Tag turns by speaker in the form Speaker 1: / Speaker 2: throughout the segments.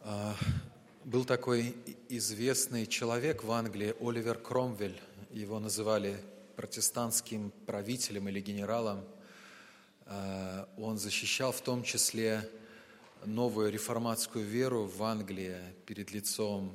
Speaker 1: А, Был такой известный человек в Англии, Оливер Кромвель. Его называли протестантским правителем или генералом. Он защищал в том числе новую реформатскую веру в Англии перед лицом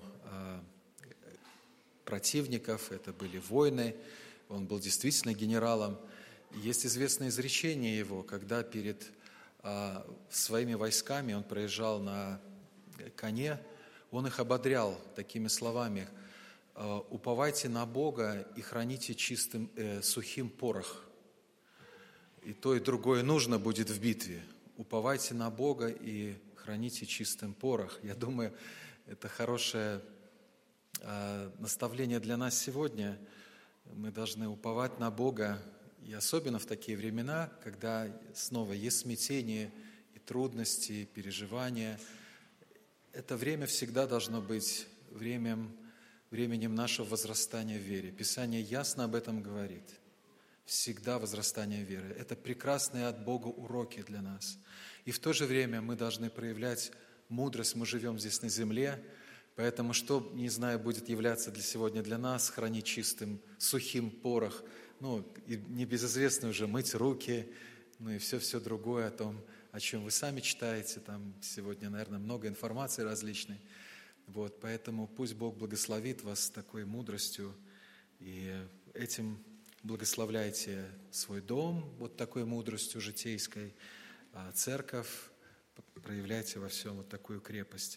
Speaker 1: противников. Это были войны. Он был действительно генералом. Есть известное изречение его, когда перед своими войсками он проезжал на коне, он их ободрял такими словами: «Уповайте на Бога и храните сухим порох. И то, и другое нужно будет в битве. Уповайте на Бога и храните чистым порох». Я думаю, это хорошее наставление для нас сегодня. Мы должны уповать на Бога, и особенно в такие времена, когда снова есть смятение и трудности, и переживания. Это время всегда должно быть временем нашего возрастания в вере. Писание ясно об этом говорит. Всегда возрастание веры. Это прекрасные от Бога уроки для нас. И в то же время мы должны проявлять мудрость. Мы живем здесь на земле, поэтому что, не знаю, будет являться сегодня для нас, хранить чистым, сухим порох. И небезызвестно уже мыть руки, и все другое о чем вы сами читаете. Там сегодня, наверное, много информации различной. Поэтому пусть Бог благословит вас такой мудростью, и этим благословляйте свой дом, такой мудростью житейской, а церковь проявляйте во всем такую крепость.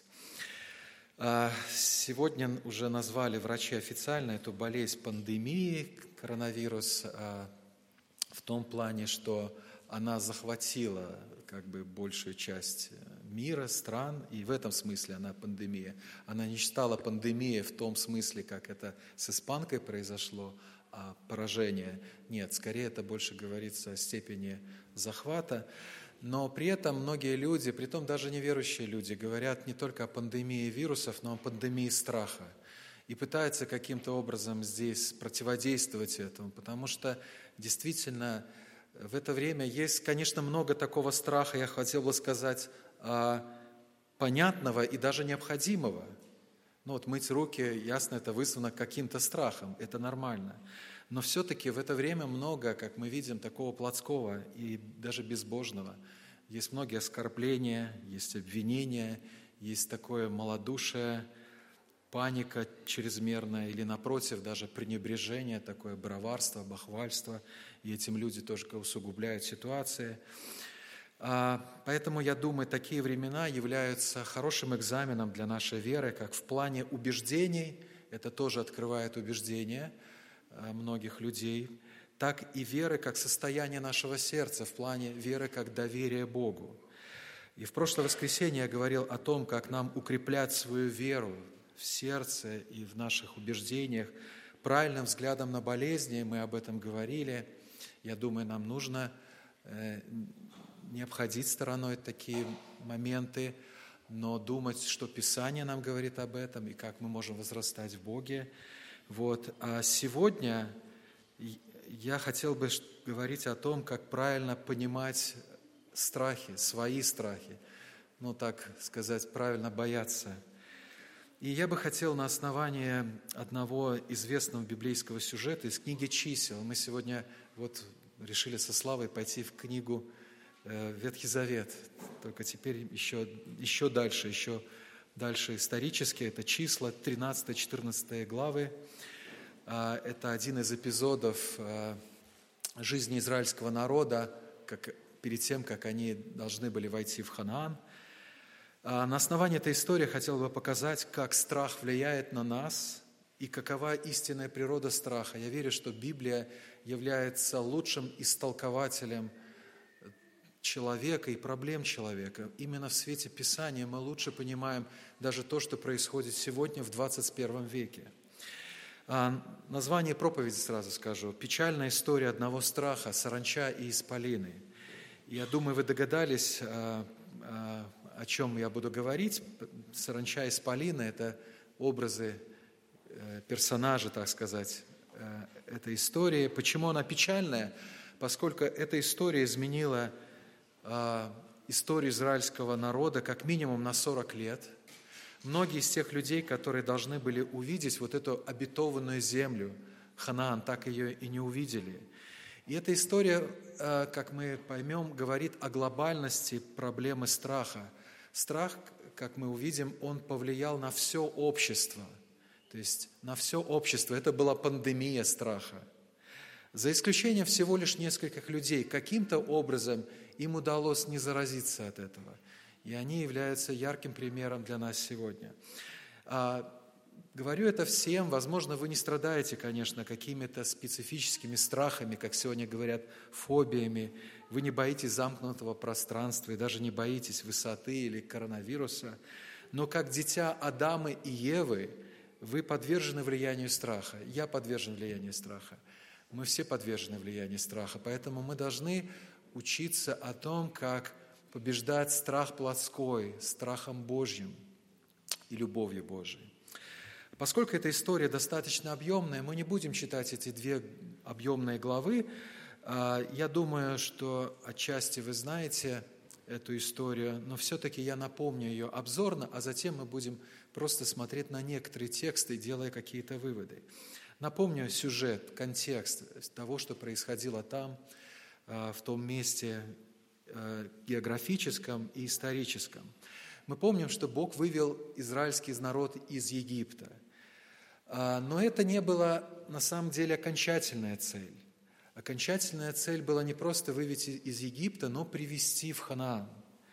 Speaker 1: Сегодня уже назвали врачи официально эту болезнь пандемии, коронавирус, в том плане, что она захватила большую часть мира, стран, и в этом смысле она пандемия. Она не стала пандемией в том смысле, как это с испанкой произошло, поражение. Нет, скорее это больше говорится о степени захвата. Но при этом многие люди, притом даже неверующие люди, говорят не только о пандемии вирусов, но о пандемии страха. И пытаются каким-то образом здесь противодействовать этому, потому что действительно в это время есть, конечно, много такого страха, я хотел бы сказать, понятного и даже необходимого. Мыть руки, ясно, это вызвано каким-то страхом, это нормально. Но все-таки в это время много, как мы видим, такого плотского и даже безбожного. Есть многие оскорбления, есть обвинения, есть такое малодушие, паника чрезмерная или, напротив, даже пренебрежение, такое браварство, бахвальство. И этим люди тоже усугубляют ситуации. Поэтому, я думаю, такие времена являются хорошим экзаменом для нашей веры, как в плане убеждений, это тоже открывает убеждения многих людей, так и веры как состояние нашего сердца, в плане веры как доверие Богу. И в прошлое воскресенье я говорил о том, как нам укреплять свою веру в сердце и в наших убеждениях правильным взглядом на болезни, мы об этом говорили. Я думаю, нам нужно не обходить стороной такие моменты, но думать, что Писание нам говорит об этом и как мы можем возрастать в Боге. А сегодня я хотел бы говорить о том, как правильно понимать страхи, свои страхи, так сказать, правильно бояться. И я бы хотел на основании одного известного библейского сюжета из книги «Чисел». Мы сегодня решили со Славой пойти в книгу Ветхий Завет, только теперь еще дальше исторически. Это числа, 13-14 главы. Это один из эпизодов жизни израильского народа, перед тем, как они должны были войти в Ханаан. На основании этой истории хотел бы показать, как страх влияет на нас и какова истинная природа страха. Я верю, что Библия является лучшим истолкователем человека и проблем человека. Именно в свете Писания мы лучше понимаем даже то, что происходит сегодня в 21 веке. Название проповеди сразу скажу. «Печальная история одного страха, саранча и исполины». Я думаю, вы догадались, о чем я буду говорить. Саранча и исполины – это образы персонажа, так сказать, этой истории. Почему она печальная? Поскольку эта история изменила историю израильского народа как минимум на 40 лет. многие из тех людей, которые должны были увидеть вот эту обетованную землю, Ханаан, так ее и не увидели. И эта история, как мы поймем, говорит о глобальности проблемы страха. Страх, как мы увидим, он повлиял на все общество. То есть на все общество. Это была пандемия страха. За исключением всего лишь нескольких людей, каким-то образом им удалось не заразиться от этого. И они являются ярким примером для нас сегодня. Говорю это всем, возможно, вы не страдаете, конечно, какими-то специфическими страхами, как сегодня говорят, фобиями. Вы не боитесь замкнутого пространства и даже не боитесь высоты или коронавируса. Но как дитя Адама и Евы, вы подвержены влиянию страха. Я подвержен влиянию страха. Мы все подвержены влиянию страха. Поэтому мы должны учиться о том, как побеждать страх плотской, страхом Божьим и любовью Божией. Поскольку эта история достаточно объемная, мы не будем читать эти две объемные главы. Я думаю, что отчасти вы знаете эту историю, но все-таки я напомню ее обзорно, а затем мы будем просто смотреть на некоторые тексты, делая какие-то выводы. Напомню сюжет, контекст того, что происходило там, в том месте географическом и историческом. Мы помним, что Бог вывел израильский народ из Египта. Но это не была на самом деле окончательная цель. Окончательная цель была не просто вывести из Египта, но привести в Ханаан.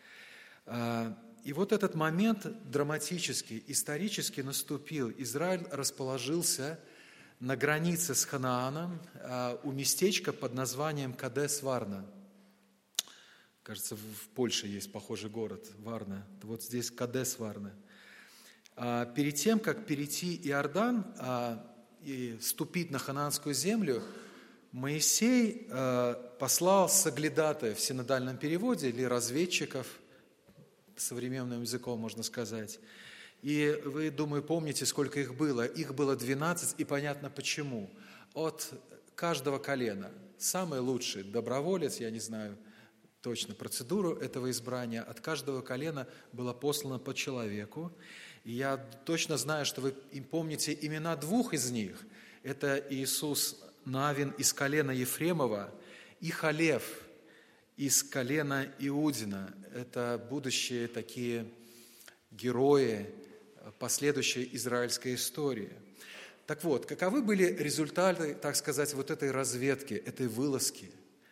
Speaker 1: И вот этот момент драматический, исторически наступил. Израиль расположился на границе с Ханааном у местечка под названием Кадес-Варна. Кажется, в Польше есть похожий город, Варна. Вот здесь Кадес-Варна. Перед тем, как перейти Иордан и ступить на ханаанскую землю, Моисей послал соглядатаев в синодальном переводе, или разведчиков, современным языком можно сказать. И вы, думаю, помните, сколько их было. Их было 12, и понятно почему. От каждого колена. Самый лучший доброволец, я не знаю точно процедуру этого избрания, от каждого колена было послано по человеку. И я точно знаю, что вы помните имена двух из них. Это Иисус Навин из колена Ефремова и Халев из колена Иудина. Это будущие такие герои последующей израильской истории. Так вот, каковы были результаты, так сказать, вот этой разведки, этой вылазки?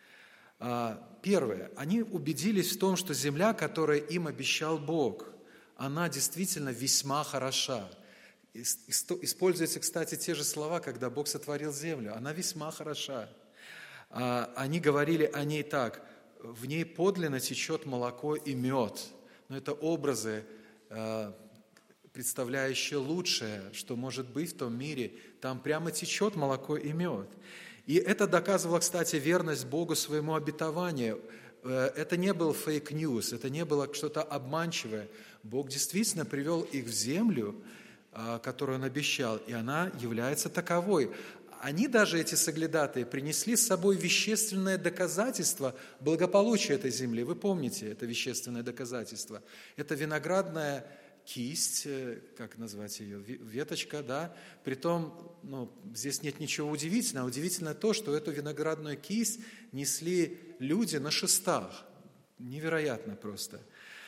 Speaker 1: Первое. Они убедились в том, что земля, которую им обещал Бог, она действительно весьма хороша. Используются, кстати, те же слова, когда Бог сотворил землю. Она весьма хороша. Они говорили о ней так: в ней подлинно течет молоко и мед. Но это образы, представляющие лучшее, что может быть в том мире. Там прямо течет молоко и мед. И это доказывало, кстати, верность Богу своему обетованию. Это не был фейк-ньюс, это не было что-то обманчивое. Бог действительно привел их в землю, которую Он обещал, и она является таковой. Они даже, эти соглядатые, принесли с собой вещественное доказательство благополучия этой земли. Вы помните это вещественное доказательство? Это виноградная кисть, как назвать ее, веточка, да? Притом, здесь нет ничего удивительного. Удивительно то, что эту виноградную кисть несли люди на шестах. Невероятно просто.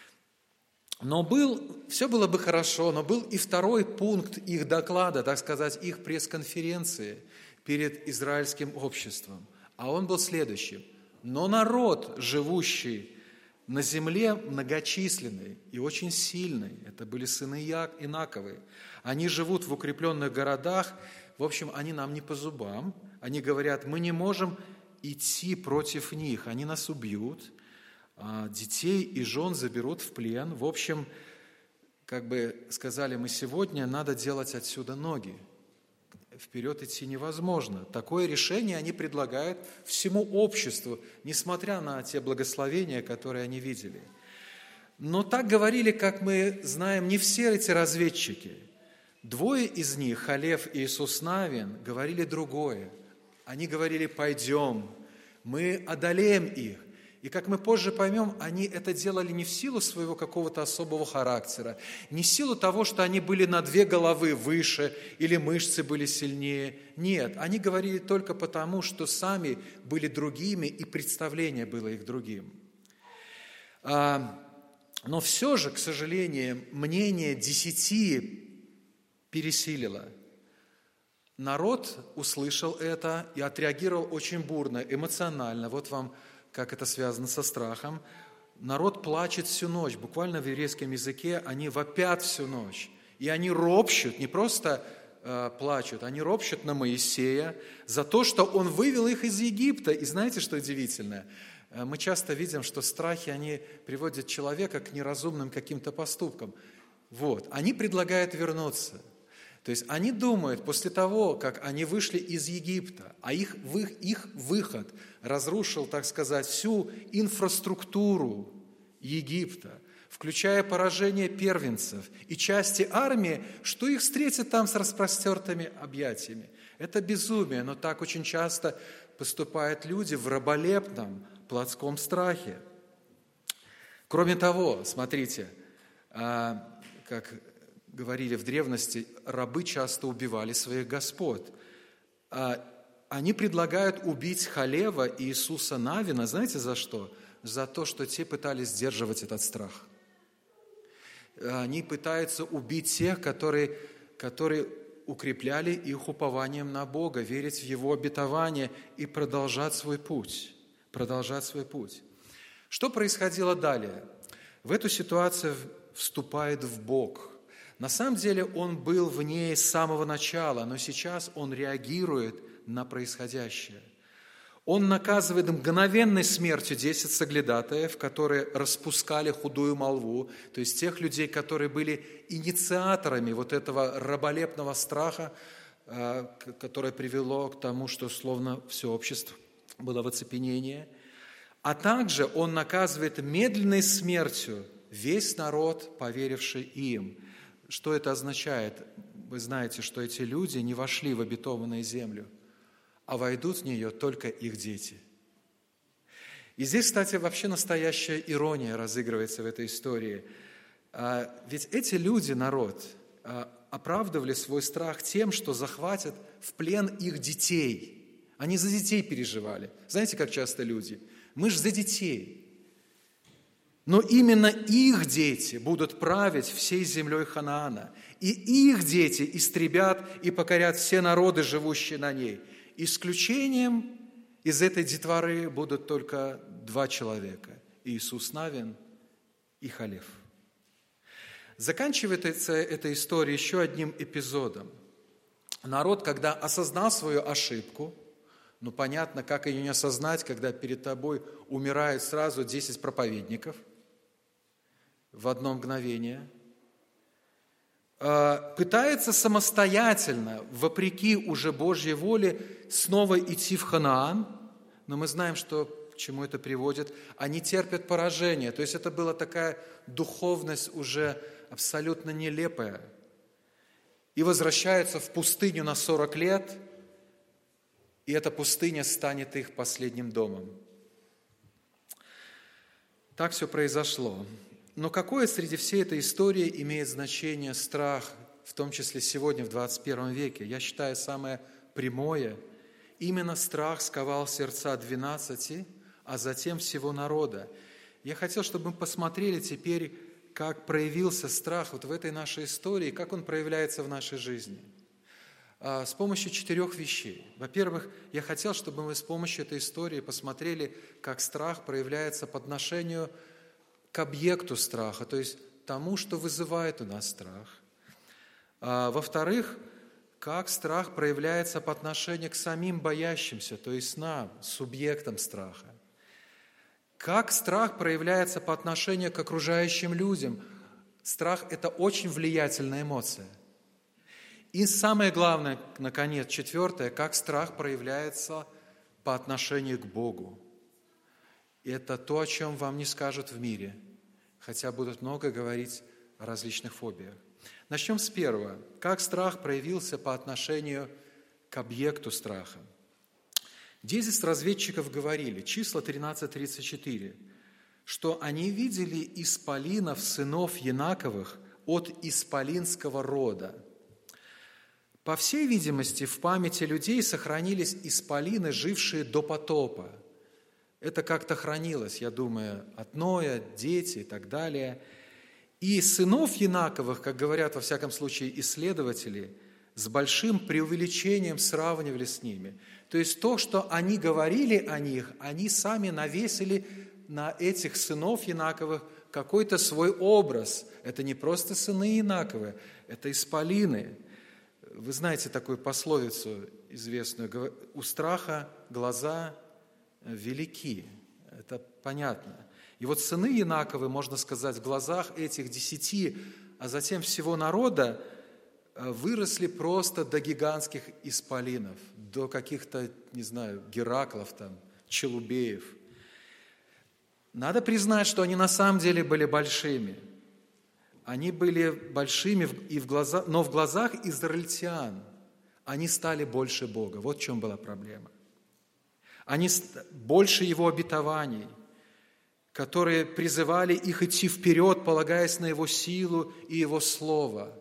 Speaker 1: Но все было бы хорошо, но был и второй пункт их доклада, так сказать, их пресс-конференции перед израильским обществом. А он был следующим. Но народ, живущий на земле, многочисленный и очень сильный, это были сыны Инаковы, они живут в укрепленных городах, в общем, они нам не по зубам, они говорят, мы не можем идти против них, они нас убьют, детей и жен заберут в плен. В общем, как бы сказали мы сегодня, надо делать отсюда ноги. Вперед идти невозможно. Такое решение они предлагают всему обществу, несмотря на те благословения, которые они видели. Но так говорили, как мы знаем, не все эти разведчики. Двое из них, Халев и Иисус Навин, говорили другое. Они говорили, пойдем, мы одолеем их. И как мы позже поймем, они это делали не в силу своего какого-то особого характера, не в силу того, что они были на 2 головы выше или мышцы были сильнее. Нет, они говорили только потому, что сами были другими, и представление было их другим. Но все же, к сожалению, мнение 10 пересилило. Народ услышал это и отреагировал очень бурно, эмоционально. Вот вам, как это связано со страхом. Народ плачет всю ночь. Буквально в еврейском языке они вопят всю ночь. И они ропщут, не просто плачут, они ропщут на Моисея за то, что он вывел их из Египта. И знаете, что удивительно? Мы часто видим, что страхи, они приводят человека к неразумным каким-то поступкам. Вот. Они предлагают вернуться. То есть они думают, после того, как они вышли из Египта, а их выход разрушил, так сказать, всю инфраструктуру Египта, включая поражение первенцев и части армии, что их встретят там с распростертыми объятиями. Это безумие, но так очень часто поступают люди в раболепном, плотском страхе. Кроме того, смотрите, как говорили в древности, рабы часто убивали своих господ. Они предлагают убить Халева и Иисуса Навина, знаете за что? За то, что те пытались сдерживать этот страх. Они пытаются убить тех, которые укрепляли их упованием на Бога, верить в Его обетование и продолжать свой путь. Что происходило далее? В эту ситуацию вступает Бог. На самом деле Он был в ней с самого начала, но сейчас Он реагирует на происходящее. Он наказывает мгновенной смертью 10 соглядатаев, которые распускали худую молву, то есть тех людей, которые были инициаторами вот этого раболепного страха, которое привело к тому, что словно все общество было в оцепенении. А также Он наказывает медленной смертью весь народ, поверивший им. Что это означает? Вы знаете, что эти люди не вошли в обетованную землю, а войдут в нее только их дети. И здесь, кстати, вообще настоящая ирония разыгрывается в этой истории. Ведь эти люди, народ, оправдывали свой страх тем, что захватят в плен их детей. Они за детей переживали. Знаете, как часто люди? Мы же за детей. Но именно их дети будут править всей землей Ханаана. И их дети истребят и покорят все народы, живущие на ней. Исключением из этой детворы будут только 2 человека – Иисус Навин и Халев. Заканчивается эта история еще одним эпизодом. Народ, когда осознал свою ошибку, понятно, как ее не осознать, когда перед тобой умирают сразу 10 проповедников в одно мгновение, пытается самостоятельно, вопреки уже Божьей воле, снова идти в Ханаан, но мы знаем, что к чему это приводит. Они терпят поражение, то есть это была такая духовность уже абсолютно нелепая. И возвращаются в пустыню на 40 лет, и эта пустыня станет их последним домом. Так все произошло. Но какое среди всей этой истории имеет значение страх, в том числе сегодня, в 21 веке? Я считаю, самое прямое. Именно страх сковал сердца 12, а затем всего народа. Я хотел, чтобы мы посмотрели теперь, как проявился страх вот в этой нашей истории, как он проявляется в нашей жизни. С помощью 4 вещей. Во-первых, я хотел, чтобы мы с помощью этой истории посмотрели, как страх проявляется по отношению к объекту страха, то есть тому, что вызывает у нас страх. Во-вторых, как страх проявляется по отношению к самим боящимся, то есть нам, субъектам страха. Как страх проявляется по отношению к окружающим людям. Страх – это очень влиятельная эмоция. И самое главное, наконец, 4, как страх проявляется по отношению к Богу. И это то, о чем вам не скажут в мире, хотя будут много говорить о различных фобиях. Начнем с 1. Как страх проявился по отношению к объекту страха. 10 разведчиков говорили, числа 13:34, что они видели исполинов, сынов Янаковых, от исполинского рода. По всей видимости, в памяти людей сохранились исполины, жившие до потопа. Это как-то хранилось, я думаю, от Ноя, дети и так далее. И сынов Янаковых, как говорят во всяком случае исследователи, с большим преувеличением сравнивали с ними. То есть то, что они говорили о них, они сами навесили на этих сынов Янаковых какой-то свой образ. Это не просто сыны Янаковы, это исполины. Вы знаете такую пословицу известную: «У страха глаза велики». Это понятно. И вот сыны Янаковы, можно сказать, в глазах этих 10, а затем всего народа, выросли просто до гигантских исполинов, до каких-то, не знаю, Гераклов, там, Челубеев. Надо признать, что они на самом деле были большими. Они были большими, но в глазах израильтян они стали больше Бога. Вот в чем была проблема. Они больше Его обетований, которые призывали их идти вперед, полагаясь на Его силу и Его Слово.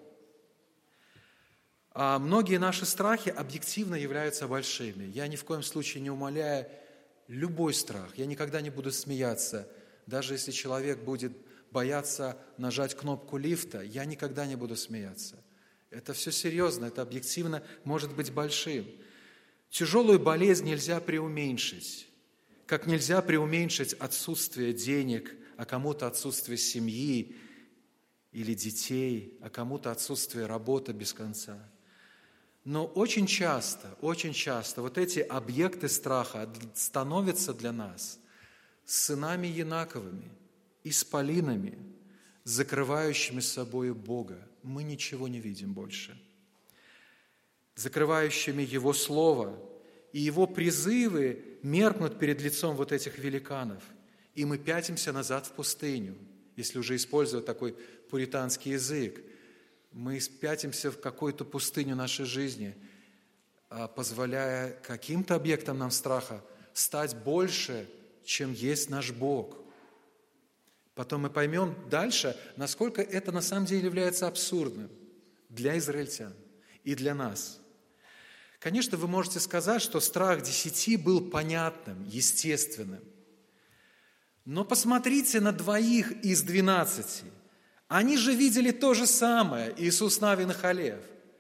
Speaker 1: А многие наши страхи объективно являются большими. Я ни в коем случае не умаляю любой страх. Я никогда не буду смеяться. Даже если человек будет бояться нажать кнопку лифта, я никогда не буду смеяться. Это все серьезно, это объективно может быть большим. Тяжелую болезнь нельзя преуменьшить. Как нельзя преуменьшить отсутствие денег, а кому-то отсутствие семьи или детей, а кому-то отсутствие работы без конца. Но очень часто вот эти объекты страха становятся для нас сынами Янаковыми, исполинами, закрывающими собой Бога. Мы ничего не видим больше. Закрывающими Его Слово, и Его призывы меркнут перед лицом вот этих великанов. И мы пятимся назад в пустыню, если уже использовать такой пуританский язык. Мы пятимся в какую-то пустыню нашей жизни, позволяя каким-то объектам нам страха стать больше, чем есть наш Бог. Потом мы поймем дальше, насколько это на самом деле является абсурдным для израильтян и для нас. Конечно, вы можете сказать, что страх 10 был понятным, естественным. Но посмотрите на 2 из 12. Они же видели то же самое, Иисус, Навин и Халев.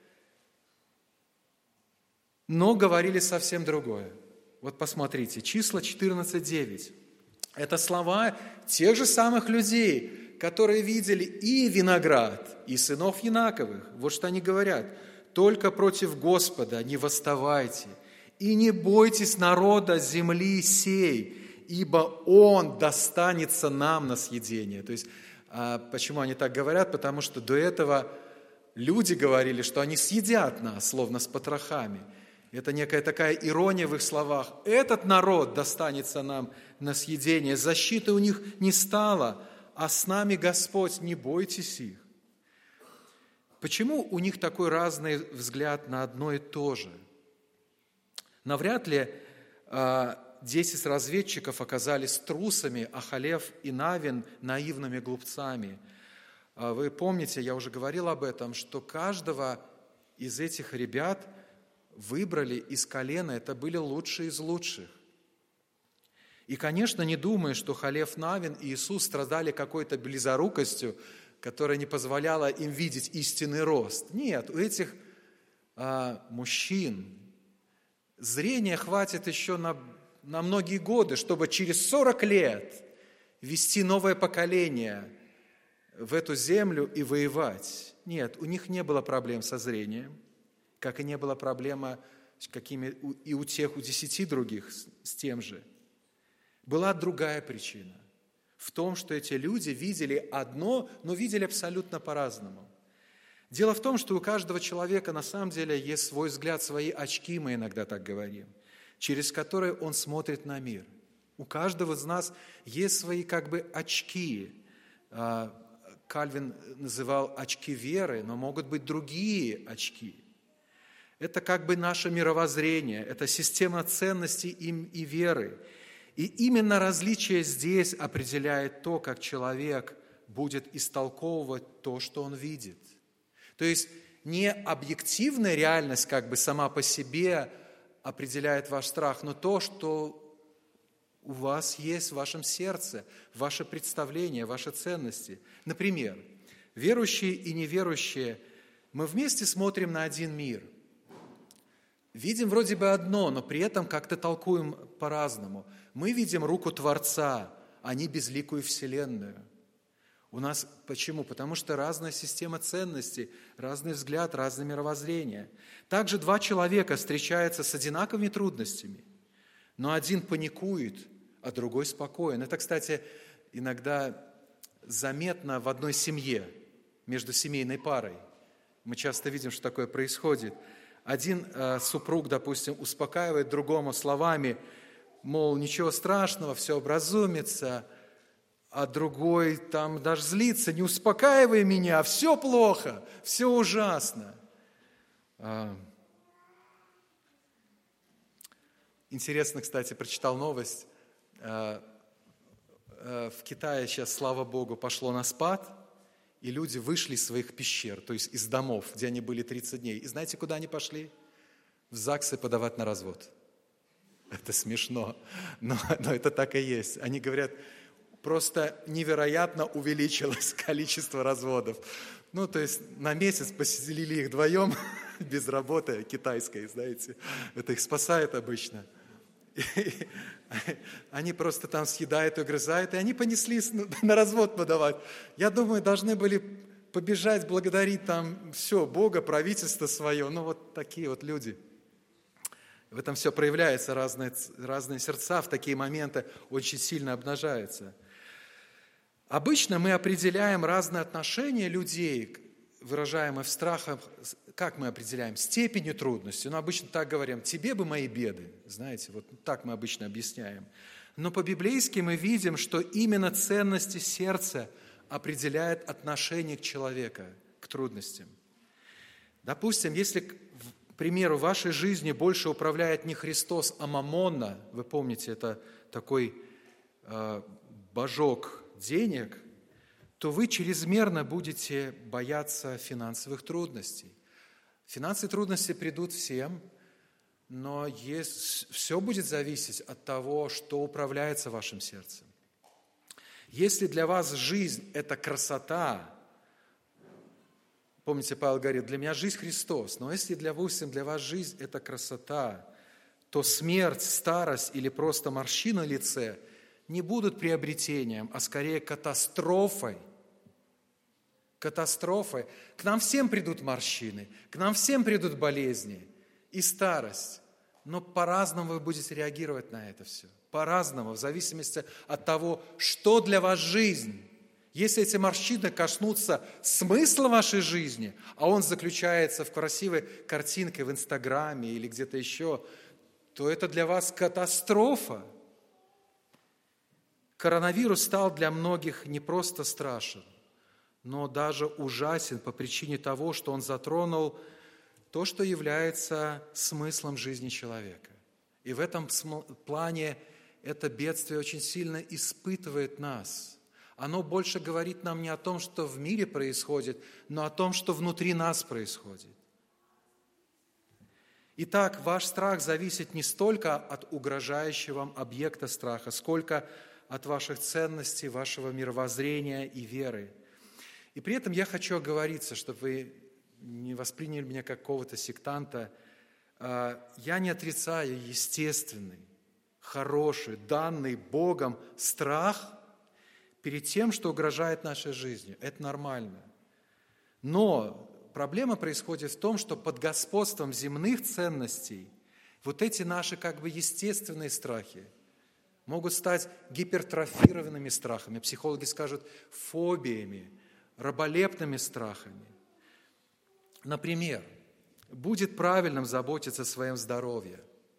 Speaker 1: Но говорили совсем другое. Вот посмотрите, числа 14:9. Это слова тех же самых людей, которые видели и виноград, и сынов Янаковых. Вот что они говорят. «Только против Господа не восставайте, и не бойтесь народа земли сей, ибо Он достанется нам на съедение». То есть, почему они так говорят? Потому что до этого люди говорили, что они съедят нас, словно с потрохами. Это некая такая ирония в их словах. Этот народ достанется нам на съедение. Защиты у них не стало, а с нами Господь, не бойтесь их. Почему у них такой разный взгляд на одно и то же? Навряд ли 10 разведчиков оказались трусами, а Халев и Навин наивными глупцами. Вы помните, я уже говорил об этом, что каждого из этих ребят выбрали из колена, это были лучшие из лучших. И, конечно, не думаю, что Халев, Навин и Иисус страдали какой-то близорукостью, которая не позволяла им видеть истинный рост. Нет, у этих мужчин зрения хватит еще на многие годы, чтобы через 40 лет вести новое поколение в эту землю и воевать. Нет, у них не было проблем со зрением, как и не было проблемы и у тех, у 10 других с тем же. Была другая причина. В том, что эти люди видели одно, но видели абсолютно по-разному. Дело в том, что у каждого человека на самом деле есть свой взгляд, свои очки, мы иногда так говорим, через которые он смотрит на мир. У каждого из нас есть свои очки. Кальвин называл очки веры, но могут быть другие очки. Это как бы наше мировоззрение, это система ценностей и веры. И именно различие здесь определяет то, как человек будет истолковывать то, что он видит. То есть не объективная реальность как бы сама по себе определяет ваш страх, но то, что у вас есть в вашем сердце, ваше представление, ваши ценности. Например, верующие и неверующие, мы вместе смотрим на один мир. Видим вроде бы одно, но при этом как-то толкуем по-разному. Мы видим руку Творца, а не безликую Вселенную. У нас почему? Потому что разная система ценностей, разный взгляд, разное мировоззрение. Также два человека встречаются с одинаковыми трудностями, но один паникует, а другой спокоен. Это, кстати, иногда заметно в одной семье, между семейной парой. Мы часто видим, что такое происходит. Один супруг, допустим, успокаивает другому словами, мол, ничего страшного, все образумится, а другой там даже злится, не успокаивай меня, все плохо, все ужасно. Интересно, кстати, прочитал новость. В Китае сейчас, слава Богу, пошло на спад, и люди вышли из своих пещер, то есть из домов, где они были 30 дней. И знаете, куда они пошли? В ЗАГСы подавать на развод. Это смешно, но это так и есть. Они говорят, просто невероятно увеличилось количество разводов. Ну, то есть на месяц поселили их вдвоем, без работы, китайской, знаете. Это их спасает обычно. И они просто там съедают и грызают, и они понеслись на развод подавать. Я думаю, должны были побежать, благодарить там все, Бога, правительство свое. Ну, вот такие вот люди. В этом все проявляется, разные сердца в такие моменты очень сильно обнажаются. Обычно мы определяем разные отношения людей, выражаемые в страхах, как мы определяем? Степенью трудности. Ну, обычно так говорим, тебе бы мои беды. Знаете, вот так мы обычно объясняем. Но по-библейски мы видим, что именно ценности сердца определяют отношение к человеку, к трудностям. Допустим, если, к примеру, в вашей жизни больше управляет не Христос, а Мамонна, вы помните, это такой божок денег, то вы чрезмерно будете бояться финансовых трудностей. Финансовые трудности придут всем, но все будет зависеть от того, что управляется вашим сердцем. Если для вас жизнь – это красота, помните, Павел говорит, для меня жизнь Христос, но если для вас жизнь – это красота, то смерть, старость или просто морщина на лице не будут приобретением, а скорее катастрофой. Катастрофой. К нам всем придут морщины, к нам всем придут болезни и старость. Но по-разному вы будете реагировать на это все. По-разному, в зависимости от того, что для вас жизнь. Если эти морщины коснутся смысла вашей жизни, а он заключается в красивой картинке в Инстаграме или где-то еще, то это для вас катастрофа. Коронавирус стал для многих не просто страшен, но даже ужасен по причине того, что он затронул то, что является смыслом жизни человека. И в этом плане это бедствие очень сильно испытывает нас. Оно больше говорит нам не о том, что в мире происходит, но о том, что внутри нас происходит. Итак, ваш страх зависит не столько от угрожающего вам объекта страха, сколько от ваших ценностей, вашего мировоззрения и веры. И при этом я хочу оговориться, чтобы вы не восприняли меня как какого-то сектанта. Я не отрицаю естественный, хороший, данный Богом страх перед тем, что угрожает нашей жизни. Это нормально. Но проблема происходит в том, что под господством земных ценностей вот эти наши как бы естественные страхи могут стать гипертрофированными страхами. Психологи скажут фобиями, раболепными страхами. Например, будет правильным заботиться о своем здоровье,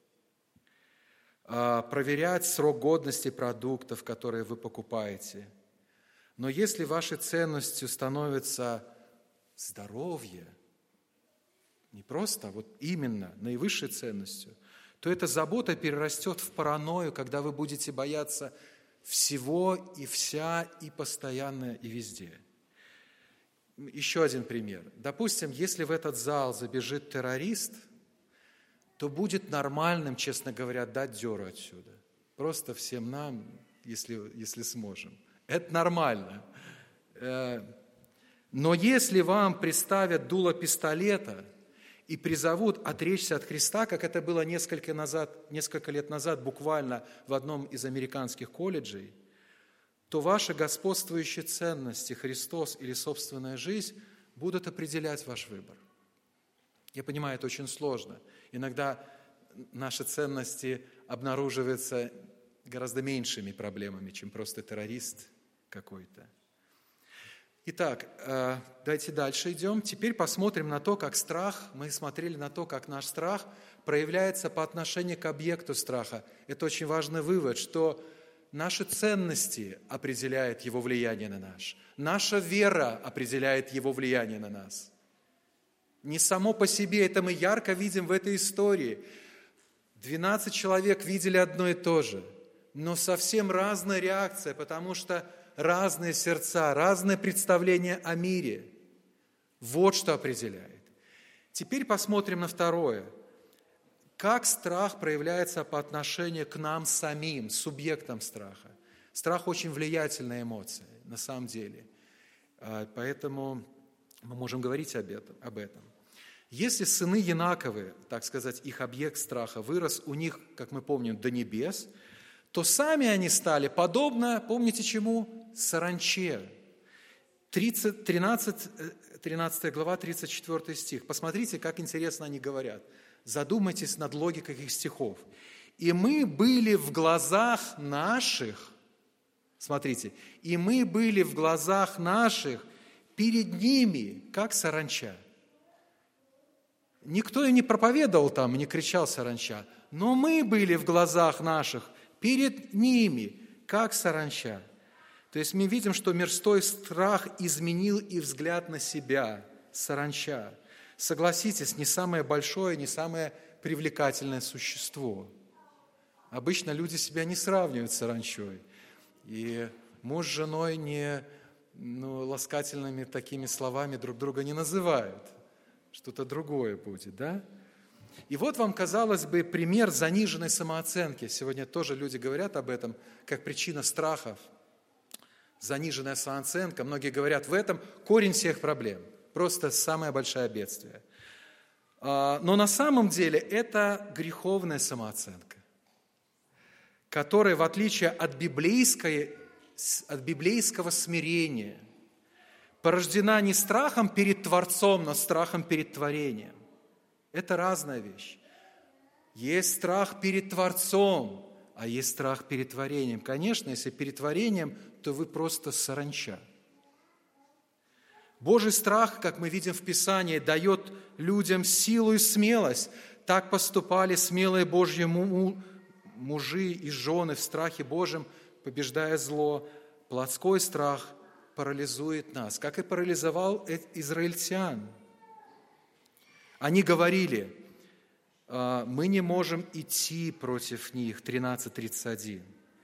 Speaker 1: проверять срок годности продуктов, которые вы покупаете. Но если вашей ценностью становится здоровье, не просто, а вот именно наивысшей ценностью, то эта забота перерастет в паранойю, когда вы будете бояться всего и вся, и постоянно, и везде. Еще один пример. Допустим, если в этот зал забежит террорист, то будет нормальным, честно говоря, дать дёру отсюда. Просто всем нам, если сможем. Это нормально. Но если вам приставят дуло пистолета и призовут отречься от Христа, как это было несколько лет назад буквально в одном из американских колледжей, то ваши господствующие ценности, Христос или собственная жизнь, будут определять ваш выбор. Я понимаю, это очень сложно. Иногда наши ценности обнаруживаются гораздо меньшими проблемами, чем просто террорист какой-то. Итак, давайте дальше идем. Теперь посмотрим на то, как страх, мы смотрели на то, как наш страх проявляется по отношению к объекту страха. Это очень важный вывод, что наши ценности определяют его влияние на нас. Наша вера определяет его влияние на нас. Не само по себе, это мы ярко видим в этой истории. 12 человек видели одно и то же, но совсем разная реакция, потому что разные сердца, разные представления о мире. Вот что определяет. Теперь посмотрим на второе. Как страх проявляется по отношению к нам самим, субъектам страха. Страх очень влиятельная эмоция, на самом деле. Поэтому мы можем говорить об этом. Если сыны Янаковы, так сказать, их объект страха, вырос у них, как мы помним, до небес, то сами они стали подобно, помните чему? Саранче. 13 глава, 34 стих. Посмотрите, как интересно они говорят. Задумайтесь над логикой их стихов. «И мы были в глазах наших», смотрите, «и мы были в глазах наших перед ними, как саранча». Никто и не проповедовал там, и не кричал саранча, но мы были в глазах наших перед ними, как саранча. То есть мы видим, что мирской страх изменил и взгляд на себя, саранча. Согласитесь, не самое большое, не самое привлекательное существо. Обычно люди себя не сравнивают с саранчой. И муж с женой ласкательными такими словами друг друга не называют. Что-то другое будет, да? И вот вам, казалось бы, пример заниженной самооценки. Сегодня тоже люди говорят об этом, как причина страхов. Заниженная самооценка. Многие говорят, в этом корень всех проблем. Просто самое большое бедствие. Но на самом деле это греховная самооценка, которая, в отличие от библейского смирения, порождена не страхом перед Творцом, но страхом перед творением. Это разная вещь. Есть страх перед Творцом, а есть страх перед творением. Конечно, если перед творением, то вы просто саранча. Божий страх, как мы видим в Писании, дает людям силу и смелость. Так поступали смелые Божьи мужи и жены в страхе Божьем, побеждая зло. Плотской страх парализует нас, как и парализовал израильтян. Они говорили, мы не можем идти против них, 13:31.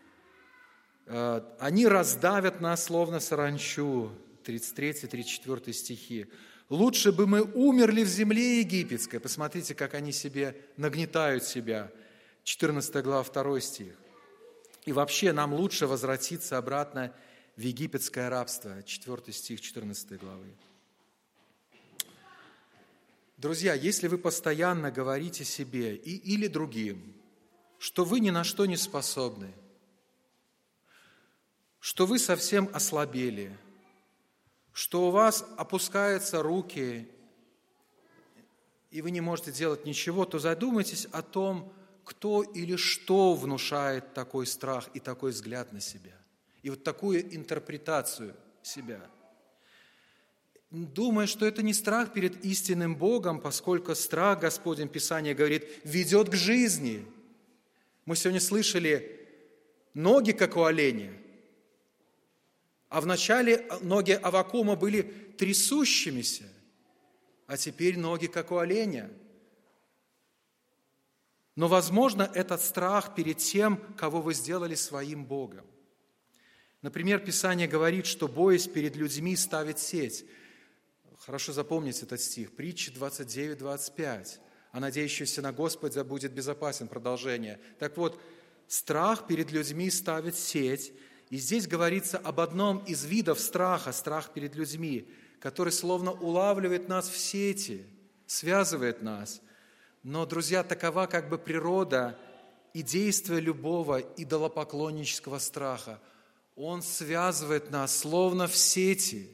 Speaker 1: Они раздавят нас, словно саранчу, 33-34 стихи. Лучше бы мы умерли в земле египетской. Посмотрите, как они себе нагнетают себя. 14 глава, 2 стих. И вообще нам лучше возвратиться обратно в египетское рабство. 4 стих 14 главы. Друзья, если вы постоянно говорите себе или другим, что вы ни на что не способны, что вы совсем ослабели, что у вас опускаются руки, и вы не можете делать ничего, то задумайтесь о том, кто или что внушает такой страх и такой взгляд на себя. И вот такую интерпретацию себя. Думая, что это не страх перед истинным Богом, поскольку страх, Господень, Писание говорит, ведет к жизни. Мы сегодня слышали ноги, как у оленя, а вначале ноги Аввакума были трясущимися. а теперь ноги, как у оленя. Но, возможно, этот страх перед тем, кого вы сделали своим Богом. Например, Писание говорит, что, боясь перед людьми, ставит сеть. Хорошо запомните этот стих. Притча 29-25. А надеющийся на Господа будет безопасен. Продолжение. Так вот, страх перед людьми ставит сеть. И здесь говорится об одном из видов страха, страх перед людьми, который словно улавливает нас в сети, связывает нас. Но, друзья, такова как бы природа и действие любого идолопоклоннического страха. Он связывает нас словно в сети.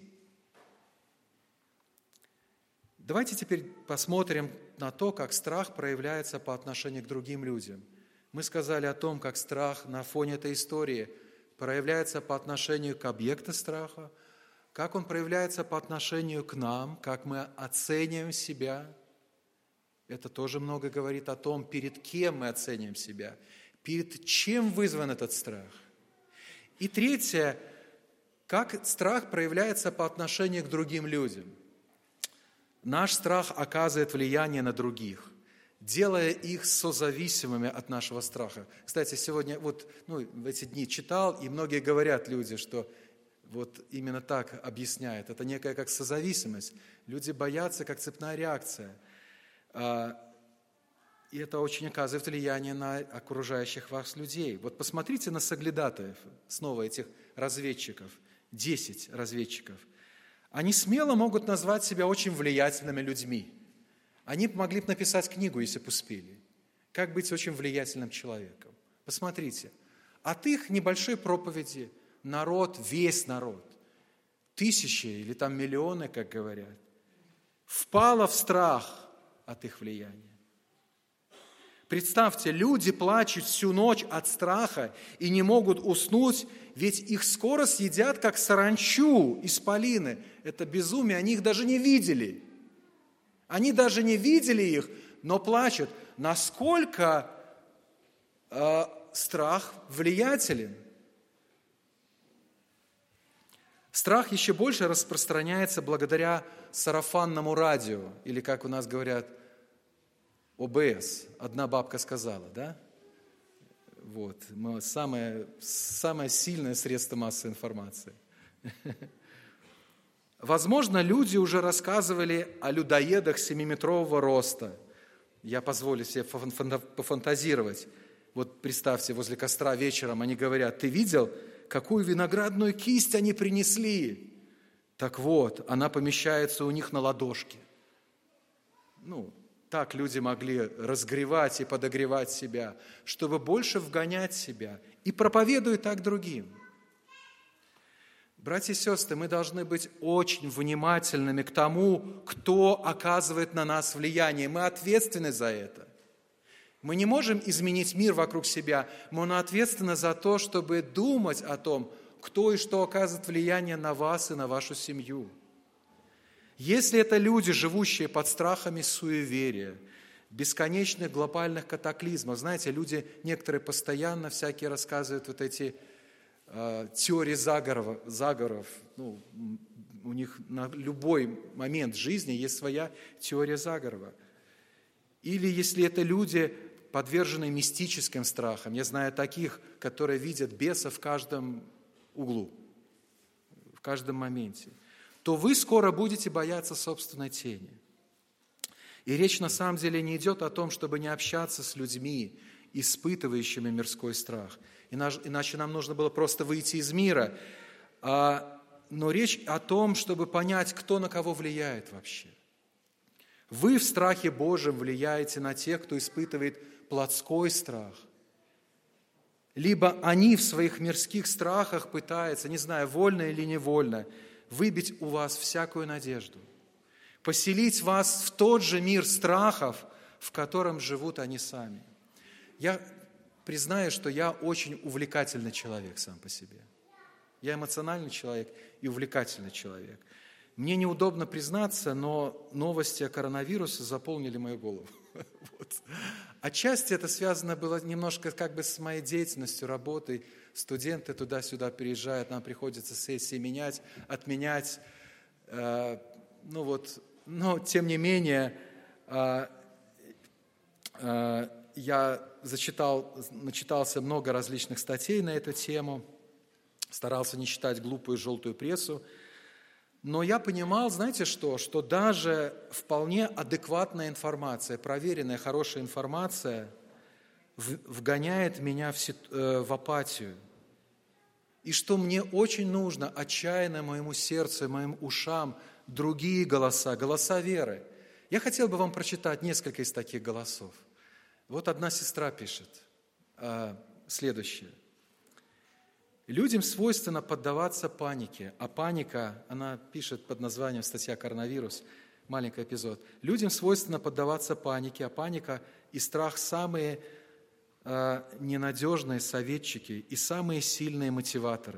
Speaker 1: Давайте теперь посмотрим на то, как страх проявляется по отношению к другим людям. Мы сказали о том, как страх на фоне этой истории проявляется по отношению к объекту страха, как он проявляется по отношению к нам, как мы оцениваем себя. Это тоже много говорит о том, перед кем мы оцениваем себя, перед чем вызван этот страх. И третье, как страх проявляется по отношению к другим людям. Наш страх оказывает влияние на других, делая их созависимыми от нашего страха. Кстати, сегодня, в эти дни читал, и многие говорят люди, что вот именно так объясняют. Это некая как созависимость. Люди боятся, как цепная реакция. И это очень оказывает влияние на окружающих вас людей. Вот посмотрите на соглядатаев, снова этих разведчиков, 10 разведчиков. Они смело могут назвать себя очень влиятельными людьми. Они могли бы написать книгу, если бы успели. Как быть очень влиятельным человеком. Посмотрите, от их небольшой проповеди народ, весь народ, тысячи или там миллионы, как говорят, впало в страх от их влияния. Представьте, люди плачут всю ночь от страха и не могут уснуть, ведь их скоро съедят, как саранчу, исполины. Это безумие, они их даже не видели. Они даже не видели их, но плачут. Насколько страх влиятелен? Страх еще больше распространяется благодаря сарафанному радио, или, как у нас говорят, ОБС. Одна бабка сказала, да? Вот, самое сильное средство массовой информации. Возможно, люди уже рассказывали о людоедах 7-метрового роста. Я позволю себе пофантазировать. Вот представьте, возле костра вечером они говорят: ты видел, какую виноградную кисть они принесли? Так вот, она помещается у них на ладошке. Так люди могли разгревать и подогревать себя, чтобы больше вгонять себя, и проповедуют так другим. Братья и сестры, мы должны быть очень внимательными к тому, кто оказывает на нас влияние. Мы ответственны за это. Мы не можем изменить мир вокруг себя, но ответственны за то, чтобы думать о том, кто и что оказывает влияние на вас и на вашу семью. Если это люди, живущие под страхами суеверия, бесконечных глобальных катаклизмов, знаете, люди некоторые постоянно всякие рассказывают вот эти теории заговоров. У них на любой момент жизни есть своя теория заговора. Или если это люди, подверженные мистическим страхам, я знаю таких, которые видят беса в каждом углу, в каждом моменте, то вы скоро будете бояться собственной тени. И речь на самом деле не идет о том, чтобы не общаться с людьми, испытывающими мирской страх. Иначе нам нужно было просто выйти из мира. Но речь о том, чтобы понять, кто на кого влияет вообще. Вы в страхе Божьем влияете на тех, кто испытывает плотской страх. Либо они в своих мирских страхах пытаются, не знаю, вольно или невольно, выбить у вас всякую надежду, поселить вас в тот же мир страхов, в котором живут они сами. Я признаю, что я очень увлекательный человек сам по себе. Я эмоциональный человек и увлекательный человек. Мне неудобно признаться, но новости о коронавирусе заполнили мою голову. Вот. Отчасти это связано было немножко как бы с моей деятельностью, работой. Студенты туда-сюда переезжают, нам приходится сессии менять, отменять. Но, тем не менее, я начитался много различных статей на эту тему, старался не читать глупую желтую прессу, но я понимал, знаете что даже вполне адекватная информация, хорошая информация вгоняет меня в апатию. И что мне очень нужно, отчаянно моему сердцу, моим ушам, другие голоса веры. Я хотел бы вам прочитать несколько из таких голосов. Вот одна сестра пишет следующее. Людям свойственно поддаваться панике, а паника, она пишет под названием статья «Коронавирус», маленький эпизод. Людям свойственно поддаваться панике, а паника и страх – самые ненадежные советчики и самые сильные мотиваторы.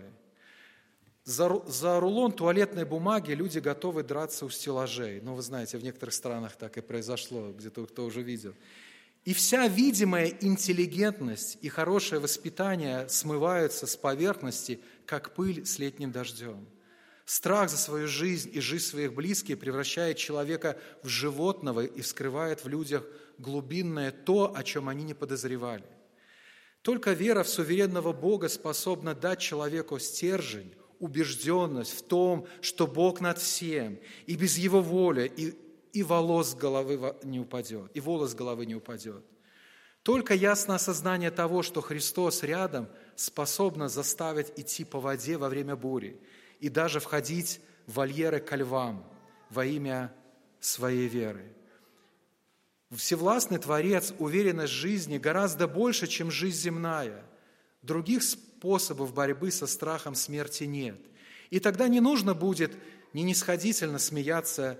Speaker 1: За рулон туалетной бумаги люди готовы драться у стеллажей. Ну, вы знаете, в некоторых странах так и произошло, где-то кто уже видел. И вся видимая интеллигентность и хорошее воспитание смываются с поверхности, как пыль с летним дождем. Страх за свою жизнь и жизнь своих близких превращает человека в животного и вскрывает в людях глубинное то, о чем они не подозревали. Только вера в суверенного Бога способна дать человеку стержень, убежденность в том, что Бог над всем, и без Его воли, и волос с головы не упадет, и волос с головы не упадет. Только ясное осознание того, что Христос рядом, способно заставить идти по воде во время бури и даже входить в вольеры ко львам во имя своей веры. Всевластный Творец, уверенность в жизни гораздо больше, чем жизнь земная. Других способов борьбы со страхом смерти нет. И тогда не нужно будет снисходительно смеяться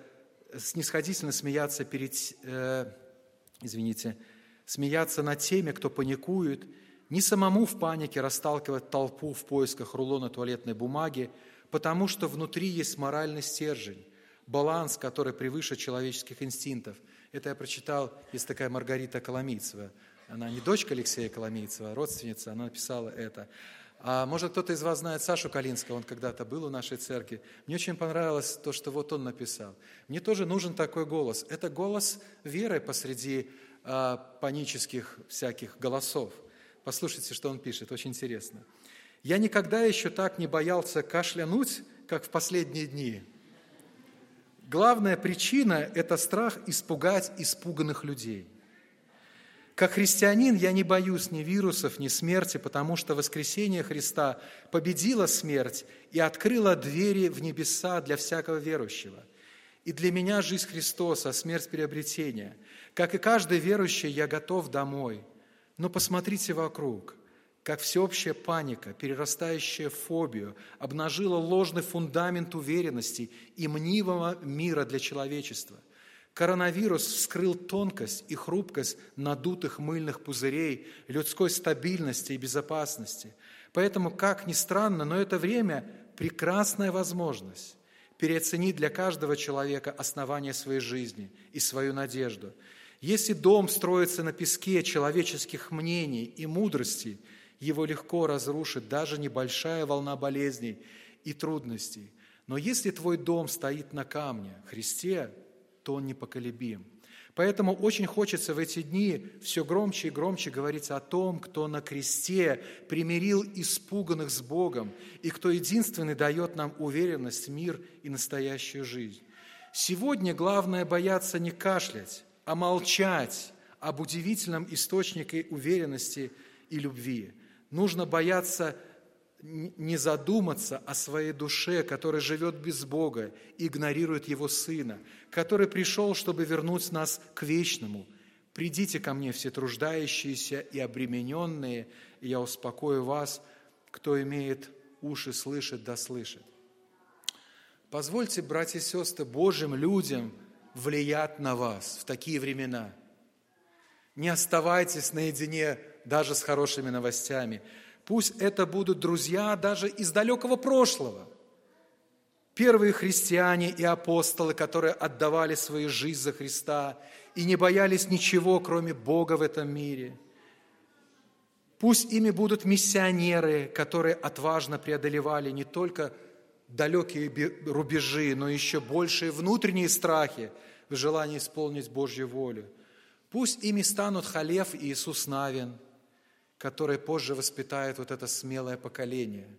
Speaker 1: смеяться над теми, кто паникует, не самому в панике расталкивать толпу в поисках рулона туалетной бумаги, потому что внутри есть моральный стержень, баланс, который превыше человеческих инстинктов. Это я прочитал, есть такая Маргарита Коломийцева. Она не дочка Алексея Коломийцева, а родственница, она написала это. А может, кто-то из вас знает Сашу Калинского, он когда-то был у нашей церкви. Мне очень понравилось то, что вот он написал. Мне тоже нужен такой голос. Это голос веры посреди панических всяких голосов. Послушайте, что он пишет, очень интересно. «Я никогда еще так не боялся кашлянуть, как в последние дни. Главная причина – это страх испугать испуганных людей. Как христианин я не боюсь ни вирусов, ни смерти, потому что воскресение Христа победило смерть и открыло двери в небеса для всякого верующего. И для меня жизнь Христос, а смерть приобретения. Как и каждый верующий, я готов домой. Но посмотрите вокруг, как всеобщая паника, перерастающая в фобию, обнажила ложный фундамент уверенности и мнимого мира для человечества. Коронавирус вскрыл тонкость и хрупкость надутых мыльных пузырей, людской стабильности и безопасности. Поэтому, как ни странно, но это время – прекрасная возможность переоценить для каждого человека основание своей жизни и свою надежду. Если дом строится на песке человеческих мнений и мудрости, его легко разрушит даже небольшая волна болезней и трудностей. Но если твой дом стоит на камне, Христе, то он непоколебим. Поэтому очень хочется в эти дни все громче и громче говорить о том, кто на кресте примирил испуганных с Богом и кто единственный дает нам уверенность, мир и настоящую жизнь. Сегодня главное бояться не кашлять, а молчать об удивительном источнике уверенности и любви. Нужно бояться не задуматься о своей душе, которая живет без Бога, игнорирует Его Сына, который пришел, чтобы вернуть нас к вечному. «Придите ко мне, все труждающиеся и обремененные, и я успокою вас, кто имеет уши слышать, да слышит». Позвольте, братья и сестры, Божьим людям влиять на вас в такие времена. Не оставайтесь наедине даже с хорошими новостями. Пусть это будут друзья даже из далекого прошлого. Первые христиане и апостолы, которые отдавали свою жизнь за Христа и не боялись ничего, кроме Бога в этом мире. Пусть ими будут миссионеры, которые отважно преодолевали не только далекие рубежи, но еще большие внутренние страхи в желании исполнить Божью волю. Пусть ими станут Халев и Иисус Навин, который позже воспитает вот это смелое поколение.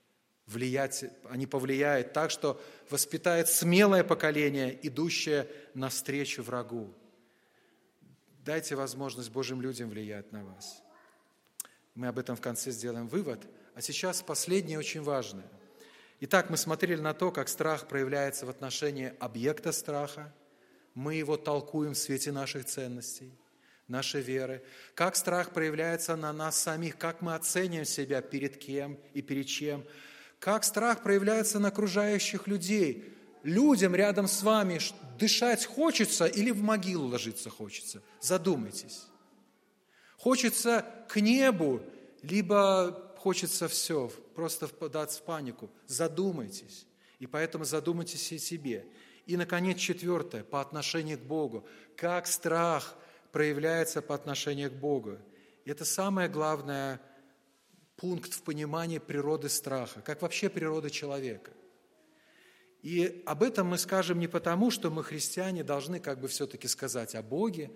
Speaker 1: Они повлияют так, что воспитает смелое поколение, идущее навстречу врагу. Дайте возможность Божьим людям влиять на вас. Мы об этом в конце сделаем вывод. А сейчас последнее, очень важное. Итак, мы смотрели на то, как страх проявляется в отношении объекта страха. Мы его толкуем в свете наших ценностей, нашей веры. Как страх проявляется на нас самих, как мы оцениваем себя перед кем и перед чем. Как страх проявляется на окружающих людей. Людям рядом с вами дышать хочется или в могилу ложиться хочется? Задумайтесь. Хочется к небу, либо хочется все, просто впадать в панику. Задумайтесь. И поэтому задумайтесь о себе. И, наконец, четвертое, по отношению к Богу. Как страх проявляется по отношению к Богу. Это самое главное пункт в понимании природы страха, как вообще природы человека. И об этом мы скажем не потому, что мы, христиане, должны как бы все-таки сказать о Боге.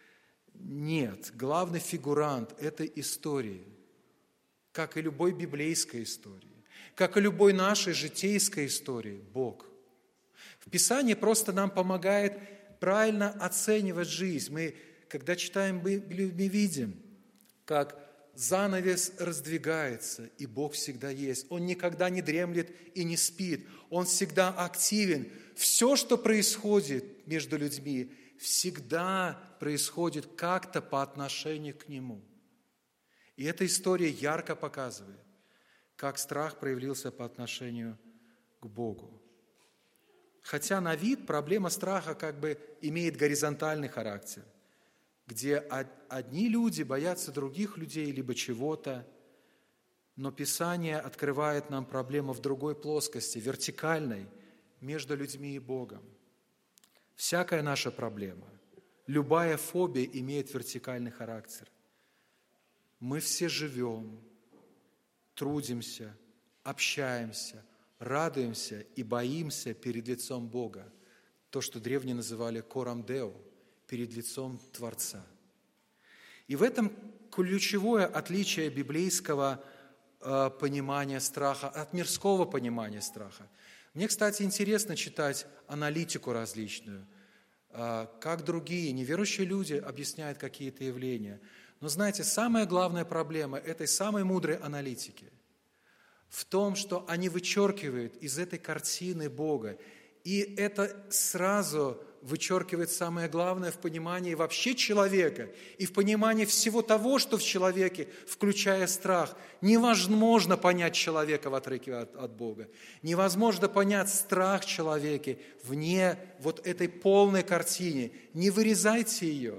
Speaker 1: Нет, главный фигурант этой истории, как и любой библейской истории, как и любой нашей житейской истории, Бог. В Писании просто нам помогает правильно оценивать жизнь. Мы, когда читаем Библию, мы видим, как занавес раздвигается, и Бог всегда есть. Он никогда не дремлет и не спит. Он всегда активен. Все, что происходит между людьми, всегда происходит как-то по отношению к Нему. И эта история ярко показывает, как страх проявился по отношению к Богу. Хотя на вид проблема страха как бы имеет горизонтальный характер, где одни люди боятся других людей либо чего-то, но Писание открывает нам проблему в другой плоскости, вертикальной, между людьми и Богом. Всякая наша проблема, любая фобия имеет вертикальный характер. Мы все живем, трудимся, общаемся, радуемся и боимся перед лицом Бога. То, что древние называли «корам део», перед лицом Творца. И в этом ключевое отличие библейского понимания страха от мирского понимания страха. Мне, кстати, интересно читать аналитику различную, как другие неверующие люди объясняют какие-то явления. Но знаете, самая главная проблема этой самой мудрой аналитики в том, что они вычеркивают из этой картины Бога. И это сразу вычеркивает самое главное в понимании вообще человека и в понимании всего того, что в человеке, включая страх. Невозможно понять человека в отрыве от Бога. Невозможно понять страх в человеке вне вот этой полной картины. Не вырезайте ее.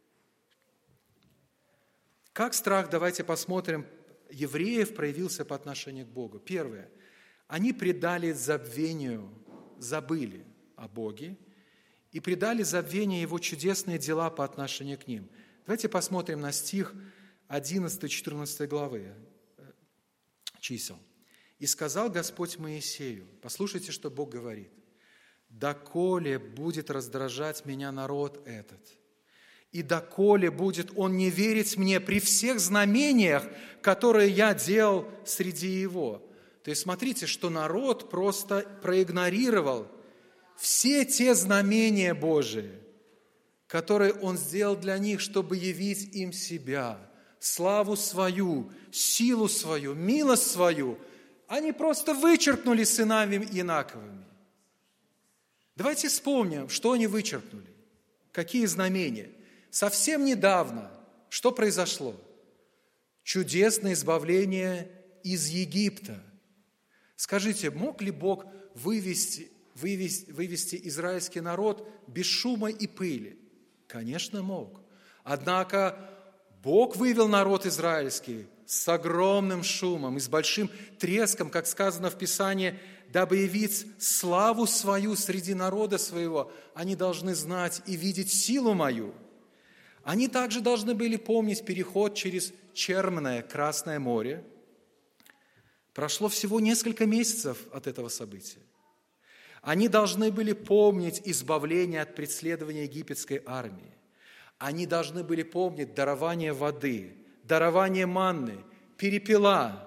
Speaker 1: Как страх, давайте посмотрим, евреев проявился по отношению к Богу. Первое. Они предали забвению, забыли о Боге и предали забвению Его чудесные дела по отношению к ним. Давайте посмотрим на стих 11-14 главы чисел. «И сказал Господь Моисею», послушайте, что Бог говорит, «Доколе будет раздражать меня народ этот, и доколе будет он не верить мне при всех знамениях, которые я делал среди его». То есть смотрите, что народ просто проигнорировал все те знамения Божии, которые Он сделал для них, чтобы явить им себя, славу свою, силу свою, милость свою. Они просто вычеркнули сынами Инаковыми. Давайте вспомним, что они вычеркнули, какие знамения. Совсем недавно что произошло? Чудесное избавление из Египта. Скажите, мог ли Бог вывести израильский народ без шума и пыли? Конечно, мог. Однако Бог вывел народ израильский с огромным шумом и с большим треском, как сказано в Писании, дабы явить славу свою среди народа своего, они должны знать и видеть силу мою. Они также должны были помнить переход через Черное, Красное море, Прошло всего несколько месяцев от этого события. Они должны были помнить избавление от преследования египетской армии. Они должны были помнить дарование воды, дарование манны, перепела.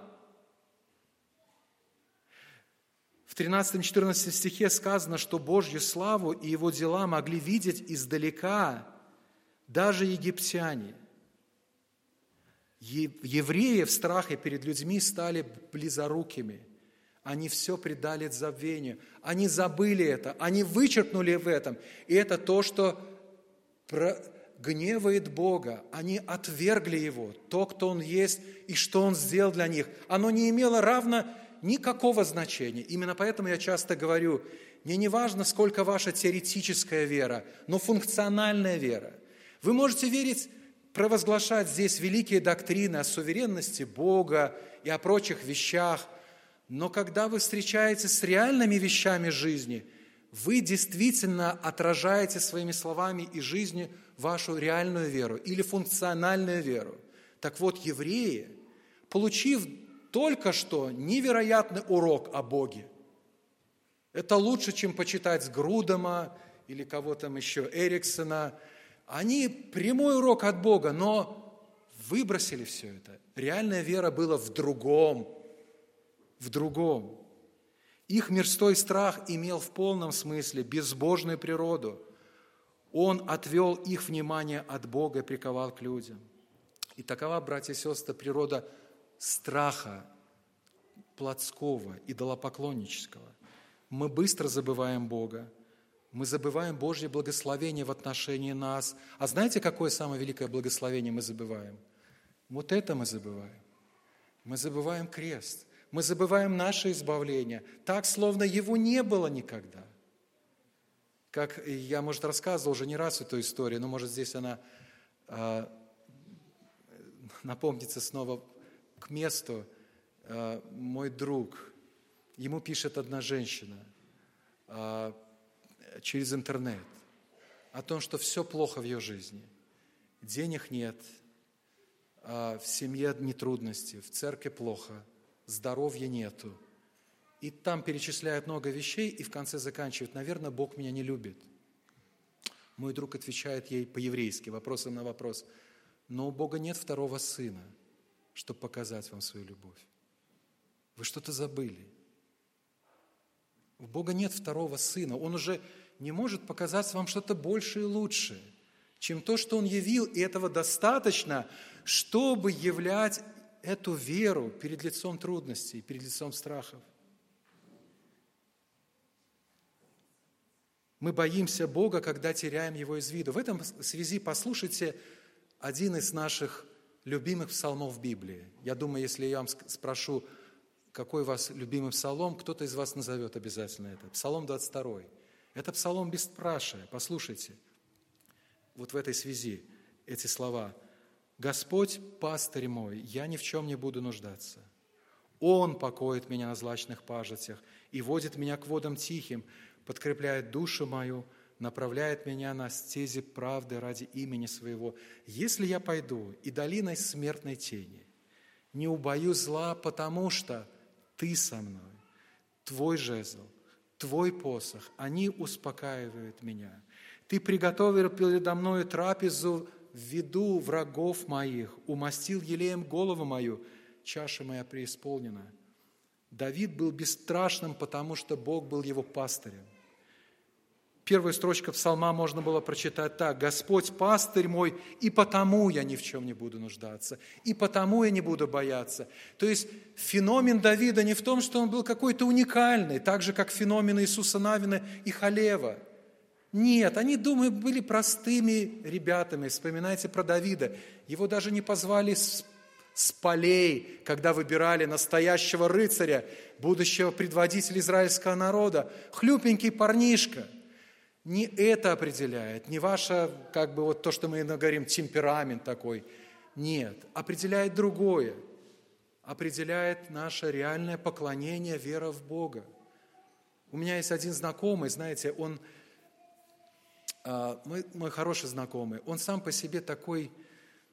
Speaker 1: В 13-14 стихе сказано, что Божью славу и Его дела могли видеть издалека даже египтяне. Евреи в страхе перед людьми стали близорукими. Они все предали забвению. Они забыли это, они вычеркнули в этом. И это то, что гневает Бога. Они отвергли Его, то, кто Он есть и что Он сделал для них. Оно не имело равно никакого значения. Именно поэтому я часто говорю, мне не важно, сколько ваша теоретическая вера, но функциональная вера. Вы можете верить, провозглашать здесь великие доктрины о суверенности Бога и о прочих вещах, но когда вы встречаетесь с реальными вещами жизни, вы действительно отражаете своими словами и жизнью вашу реальную веру или функциональную веру. Так вот, евреи, получив только что невероятный урок о Боге, это лучше, чем почитать Грудема или кого там еще, Эриксона, они прямой урок от Бога, но выбросили все это. Реальная вера была в другом. Их мирской страх имел в полном смысле безбожную природу. Он отвел их внимание от Бога и приковал к людям. И такова, братья и сестры, природа страха плотского, идолопоклоннического. Мы быстро забываем Бога. Мы забываем Божье благословение в отношении нас. А знаете, какое самое великое благословение мы забываем? Вот это мы забываем. Мы забываем крест. Мы забываем наше избавление. Так, словно его не было никогда. Как я, может, рассказывал уже не раз эту историю, но, может, здесь она напомнится снова к месту. Мой друг, ему пишет одна женщина через интернет о том, что все плохо в ее жизни. Денег нет, в семье одни трудности, в церкви плохо, здоровья нету. И там перечисляют много вещей, и в конце заканчивает: наверное, Бог меня не любит. Мой друг отвечает ей по-еврейски, вопросом на вопрос: но у Бога нет второго сына, чтобы показать вам свою любовь. Вы что-то забыли. У Бога нет второго сына. Он уже не может показать вам что-то больше и лучше, чем то, что Он явил. И этого достаточно, чтобы являть эту веру перед лицом трудностей, перед лицом страхов. Мы боимся Бога, когда теряем Его из виду. В этом связи послушайте один из наших любимых псалмов в Библии. Я думаю, если я вам спрошу, какой у вас любимый псалом, кто-то из вас назовет обязательно это. Псалом 22. Это псалом бесстрашия. Послушайте, вот в этой связи эти слова. «Господь, пастырь мой, я ни в чем не буду нуждаться. Он покоит меня на злачных пажитях и водит меня к водам тихим, подкрепляет душу мою, направляет меня на стези правды ради имени своего. Если я пойду и долиной смертной тени, не убоюсь зла, потому что Ты со мной, Твой жезл, Твой посох, они успокаивают меня. Ты приготовил передо мною трапезу в виду врагов моих, умастил елеем голову мою, чаша моя преисполнена». Давид был бесстрашным, потому что Бог был его пастырем. Первая строчка псалма можно было прочитать так: «Господь пастырь мой, и потому я ни в чем не буду нуждаться, и потому я не буду бояться». То есть феномен Давида не в том, что он был какой-то уникальный, так же, как феномен Иисуса Навина и Халева. Нет, они, думаю, были простыми ребятами. Вспоминайте про Давида. Его даже не позвали с полей, когда выбирали настоящего рыцаря, будущего предводителя израильского народа. Хлюпенький парнишка. Не это определяет, не ваше, вот то, что мы говорим, темперамент такой. Нет, определяет другое. Определяет наше реальное поклонение, вера в Бога. У меня есть один знакомый, знаете, он, мой хороший знакомый, он сам по себе такой,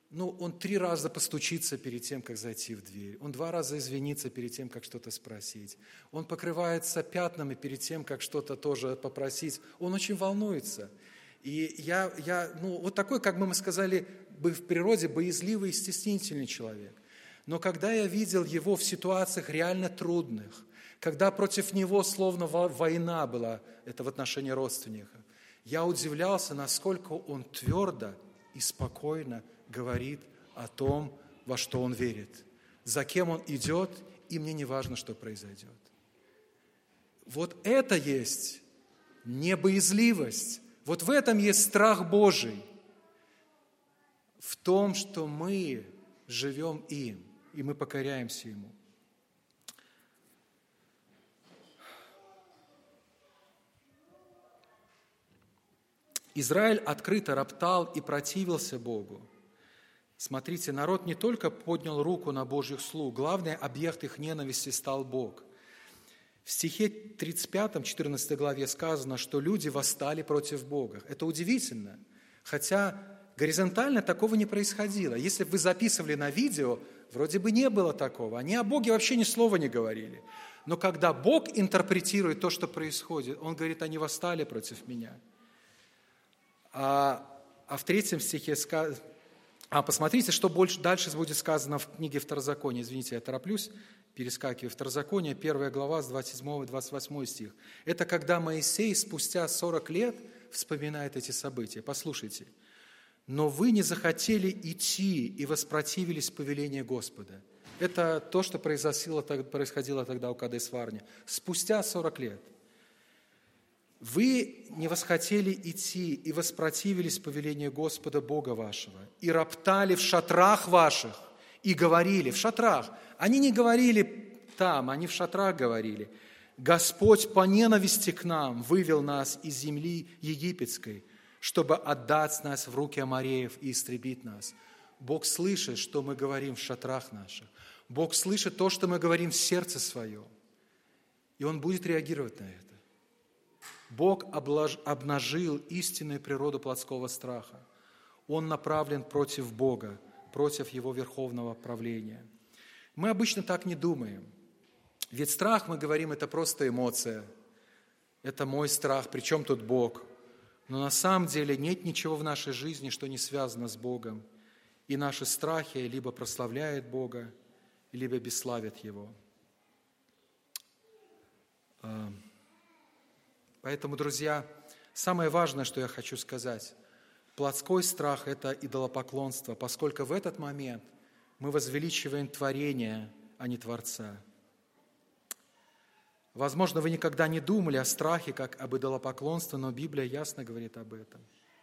Speaker 1: он 3 раза постучится перед тем, как зайти в дверь. Он 2 раза извинится перед тем, как что-то спросить. Он покрывается пятнами перед тем, как что-то тоже попросить. Он очень волнуется. И я вот такой, как бы мы сказали, в природе боязливый и стеснительный человек. Но когда я видел его в ситуациях реально трудных, когда против него словно война была, это в отношении родственников, я удивлялся, насколько он твердо и спокойно говорит о том, во что он верит, за кем он идет, и мне не важно, что произойдет. Вот это есть не боязливость, вот в этом есть страх Божий, в том, что мы живем им, и мы покоряемся Ему. Израиль открыто роптал и противился Богу. Смотрите, народ не только поднял руку на Божьих слуг, главный объект их ненависти стал Бог. В стихе 35, 14 главе сказано, что люди восстали против Бога. Это удивительно, хотя горизонтально такого не происходило. Если бы вы записывали на видео, вроде бы не было такого. Они о Боге вообще ни слова не говорили. Но когда Бог интерпретирует то, что происходит, Он говорит, они восстали против меня. А в 3 стихе сказано... посмотрите, что дальше будет сказано в книге Второзакония. Извините, я тороплюсь, перескакиваю. Второзаконие, 1 глава, с 27 и 28 стих. Это когда Моисей спустя 40 лет вспоминает эти события. Послушайте. «Но вы не захотели идти и воспротивились повелению Господа». Это то, что происходило тогда у Кадес-Варне. Спустя 40 лет. «Вы не восхотели идти и воспротивились повелению Господа Бога вашего, и роптали в шатрах ваших, и говорили». В шатрах. Они не говорили там, они в шатрах говорили. «Господь по ненависти к нам вывел нас из земли египетской, чтобы отдать нас в руки амореев и истребить нас». Бог слышит, что мы говорим в шатрах наших. Бог слышит то, что мы говорим в сердце своем. И Он будет реагировать на это. Бог обнажил истинную природу плотского страха. Он направлен против Бога, против Его верховного правления. Мы обычно так не думаем. Ведь страх, мы говорим, это просто эмоция. Это мой страх, причем тут Бог? Но на самом деле нет ничего в нашей жизни, что не связано с Богом. И наши страхи либо прославляют Бога, либо бесславят Его. Поэтому, друзья, самое важное, что я хочу сказать, плотской страх – это идолопоклонство, поскольку в этот момент мы возвеличиваем творение, а не Творца. Возможно, вы никогда не думали о страхе, как об идолопоклонстве, но Библия ясно говорит об этом.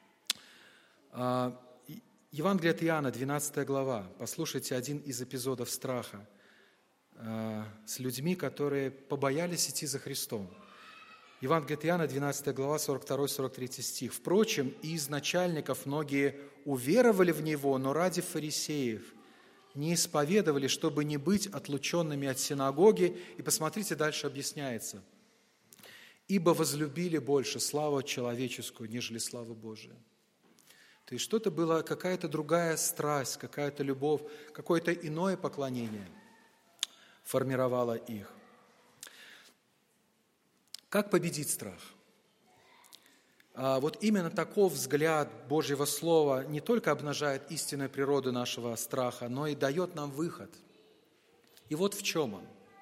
Speaker 1: Евангелие от Иоанна, 12 глава. Послушайте один из эпизодов страха с людьми, которые побоялись идти за Христом. Евангелие от Иоанна, 12 глава, 42-43 стих. «Впрочем, и из начальников многие уверовали в Него, но ради фарисеев не исповедовали, чтобы не быть отлученными от синагоги». И посмотрите, дальше объясняется. «Ибо возлюбили больше славу человеческую, нежели славу Божию». То есть что-то было, какая-то другая страсть, какая-то любовь, какое-то иное поклонение формировало их. Как победить страх? Вот именно такой взгляд Божьего Слова не только обнажает истинную природу нашего страха, но и дает нам выход. И вот в чем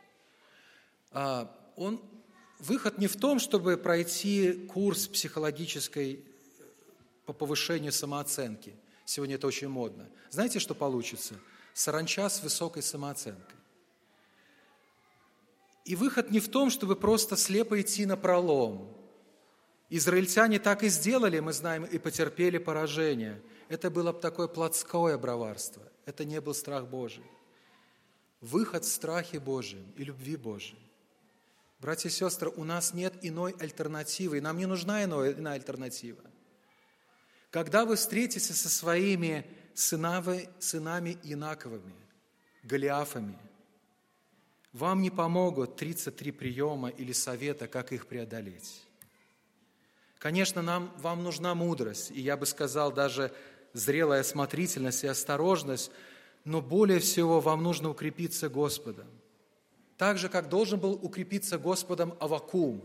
Speaker 1: он. Выход не в том, чтобы пройти курс психологической по повышению самооценки. Сегодня это очень модно. Знаете, что получится? Саранча с высокой самооценкой. И выход не в том, чтобы просто слепо идти напролом. Израильтяне так и сделали, мы знаем, и потерпели поражение. Это было такое плотское браварство. Это не был страх Божий. Выход в страхе Божьем и любви Божией. Братья и сестры, у нас нет иной альтернативы, и нам не нужна иная альтернатива. Когда вы встретитесь со своими сынами Инаковыми, Голиафами, вам не помогут 33 приема или совета, как их преодолеть. Конечно, вам нужна мудрость, и я бы сказал, даже зрелая осмотрительность и осторожность, но более всего вам нужно укрепиться Господом. Так же, как должен был укрепиться Господом Аввакум.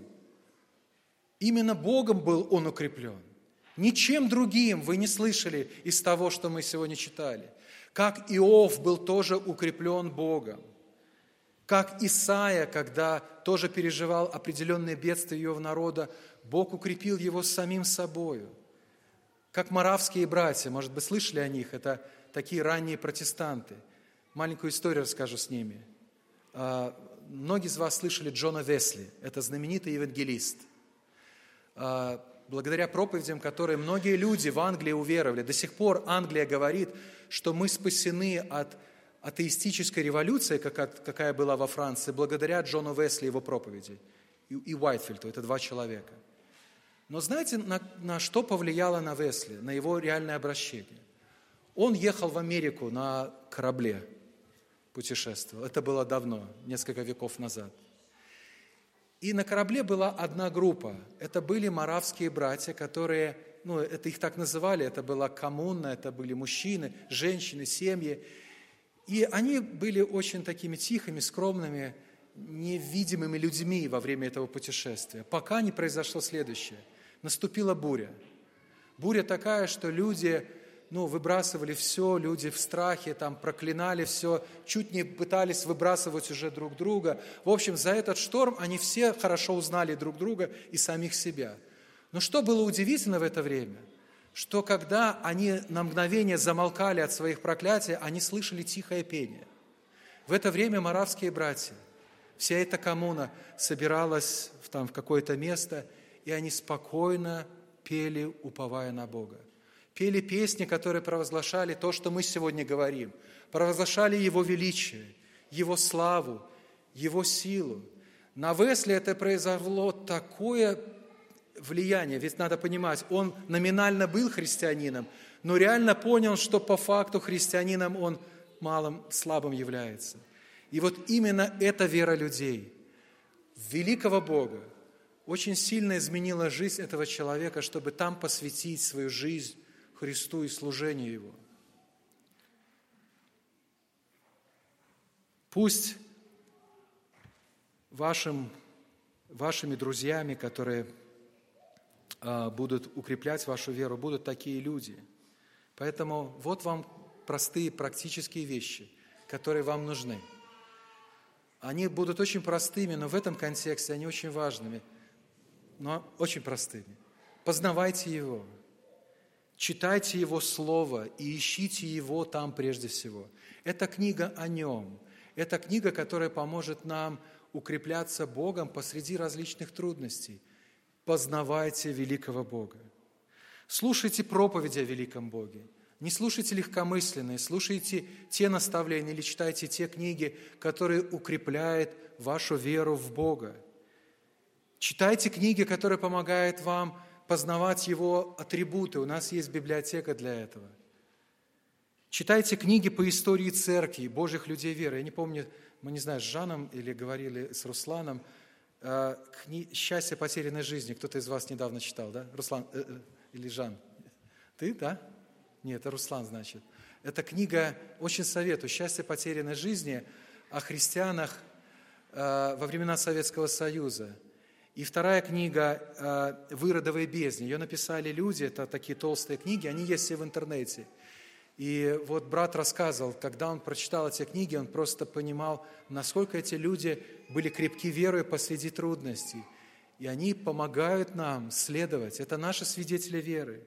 Speaker 1: Именно Богом был он укреплен. Ничем другим вы не слышали из того, что мы сегодня читали. Как Иов был тоже укреплен Богом. Как Исаия, когда тоже переживал определенные бедствия его народа, Бог укрепил его самим собою. Как моравские братья, может быть, слышали о них, это такие ранние протестанты. Маленькую историю расскажу с ними. Многие из вас слышали Джона Весли, это знаменитый евангелист. Благодаря проповедям, которые многие люди в Англии уверовали, до сих пор Англия говорит, что мы спасены от атеистической революции, какая была во Франции, благодаря Джону Весли и его проповеди, и Уайтфилду, это два человека. Но знаете, на что повлияло на Весли, на его реальное обращение? Он ехал в Америку на корабле, путешествовал. Это было давно, несколько веков назад. И на корабле была одна группа. Это были моравские братья, которые, это их так называли, это была коммуна, это были мужчины, женщины, семьи. И они были очень такими тихими, скромными, невидимыми людьми во время этого путешествия, пока не произошло следующее. Наступила буря. Буря такая, что люди выбрасывали все, люди в страхе, проклинали все, чуть не пытались выбрасывать уже друг друга. В общем, за этот шторм они все хорошо узнали друг друга и самих себя. Но что было удивительно в это время, что когда они на мгновение замолкали от своих проклятий, они слышали тихое пение. В это время моравские братья, вся эта коммуна собиралась в какое-то место, и они спокойно пели, уповая на Бога. Пели песни, которые провозглашали то, что мы сегодня говорим. Провозглашали Его величие, Его славу, Его силу. На Весли это произвело такое влияние. Ведь надо понимать, он номинально был христианином, но реально понял, что по факту христианином он малым, слабым является. И вот именно эта вера людей в великого Бога очень сильно изменила жизнь этого человека, чтобы там посвятить свою жизнь Христу и служению Его. Пусть вашими друзьями, которые будут укреплять вашу веру, будут такие люди. Поэтому вот вам простые практические вещи, которые вам нужны. Они будут очень простыми, но в этом контексте они очень важными, но очень простыми. Познавайте Его. Читайте Его Слово и ищите Его там прежде всего. Это книга о Нем. Это книга, которая поможет нам укрепляться Богом посреди различных трудностей. Познавайте великого Бога. Слушайте проповеди о великом Боге. Не слушайте легкомысленные, слушайте те наставления или читайте те книги, которые укрепляют вашу веру в Бога. Читайте книги, которые помогают вам познавать Его атрибуты. У нас есть библиотека для этого. Читайте книги по истории церкви, Божьих людей веры. Я не помню, мы не знаю, с Жаном или говорили с Русланом, «Счастье потерянной жизни». Кто-то из вас недавно читал, да? Руслан или Жан? Ты, да? Нет, это Руслан, значит. Эта книга, очень советую, «Счастье потерянной жизни» о христианах во времена Советского Союза. И вторая книга «В Иродовой бездне». Ее написали люди, это такие толстые книги, они есть все в интернете. И вот брат рассказывал, когда он прочитал эти книги, он просто понимал, насколько эти люди были крепки верой посреди трудностей. И они помогают нам следовать. Это наши свидетели веры.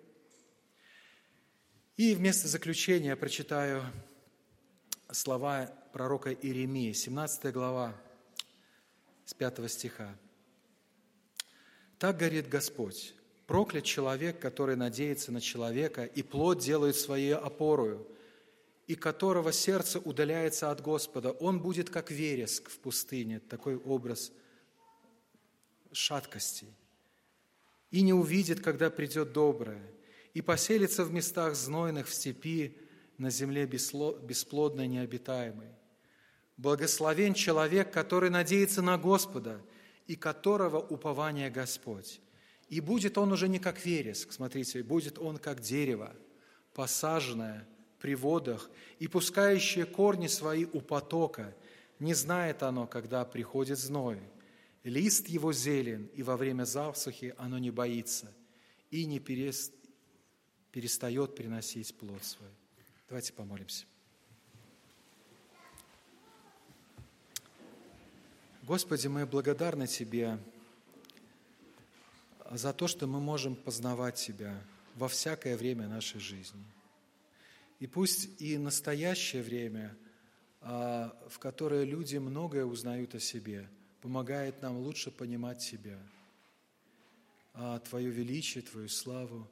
Speaker 1: И вместо заключения я прочитаю слова пророка Иеремии, 17 глава, с 5 стиха. «Так говорит Господь, проклят человек, который надеется на человека, и плоть делает своей опорою, и которого сердце удаляется от Господа. Он будет, как вереск в пустыне», такой образ шаткости, «и не увидит, когда придет доброе, и поселится в местах знойных в степи, на земле бесплодной, необитаемой. Благословен человек, который надеется на Господа, и которого упование Господь. И будет он уже не как вереск, смотрите, будет он как дерево, посаженное при водах и пускающее корни свои у потока, не знает оно, когда приходит зной. Лист его зелен, и во время засухи оно не боится и не перестает приносить плод свой». Давайте помолимся. Господи, мы благодарны Тебе за то, что мы можем познавать Тебя во всякое время нашей жизни. И пусть и настоящее время, в которое люди многое узнают о себе, помогает нам лучше понимать Тебя, Твое величие, Твою славу.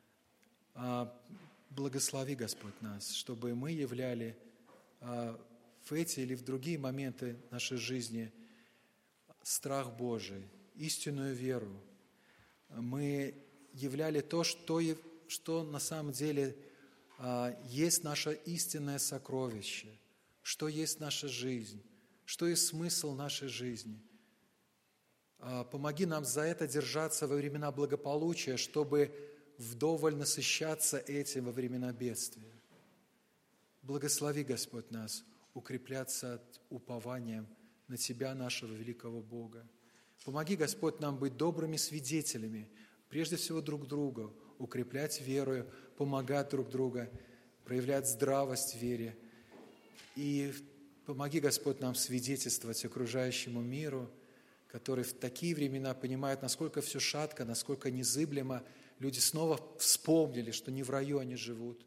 Speaker 1: Благослови, Господь, нас, чтобы мы являли в эти или в другие моменты нашей жизни страх Божий, истинную веру. Мы являли то, что на самом деле есть наше истинное сокровище, что есть наша жизнь, что есть смысл нашей жизни. Помоги нам за это держаться во времена благополучия, чтобы вдоволь насыщаться этим во времена бедствия. Благослови, Господь, нас укрепляться упованием на Тебя, нашего великого Бога. Помоги, Господь, нам быть добрыми свидетелями, прежде всего друг другу, укреплять веру, помогать друг другу, проявлять здравость в вере. И помоги, Господь, нам свидетельствовать окружающему миру, который в такие времена понимает, насколько все шатко, насколько незыблемо. Люди снова вспомнили, что не в раю они живут,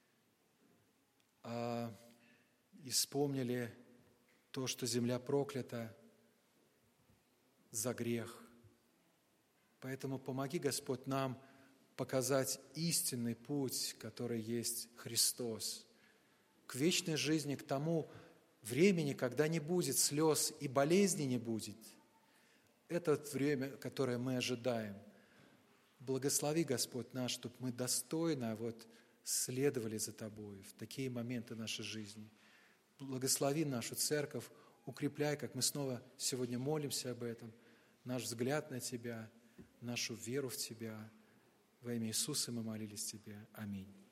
Speaker 1: и вспомнили то, что земля проклята за грех. Поэтому помоги, Господь, нам показать истинный путь, который есть Христос, к вечной жизни, к тому времени, когда не будет слез и болезни не будет. Это время, которое мы ожидаем. Благослови, Господь наш, чтобы мы достойно следовали за Тобой в такие моменты нашей жизни. Благослови нашу церковь, укрепляй, как мы снова сегодня молимся об этом, наш взгляд на Тебя, нашу веру в Тебя. Во имя Иисуса мы молились Тебе. Аминь.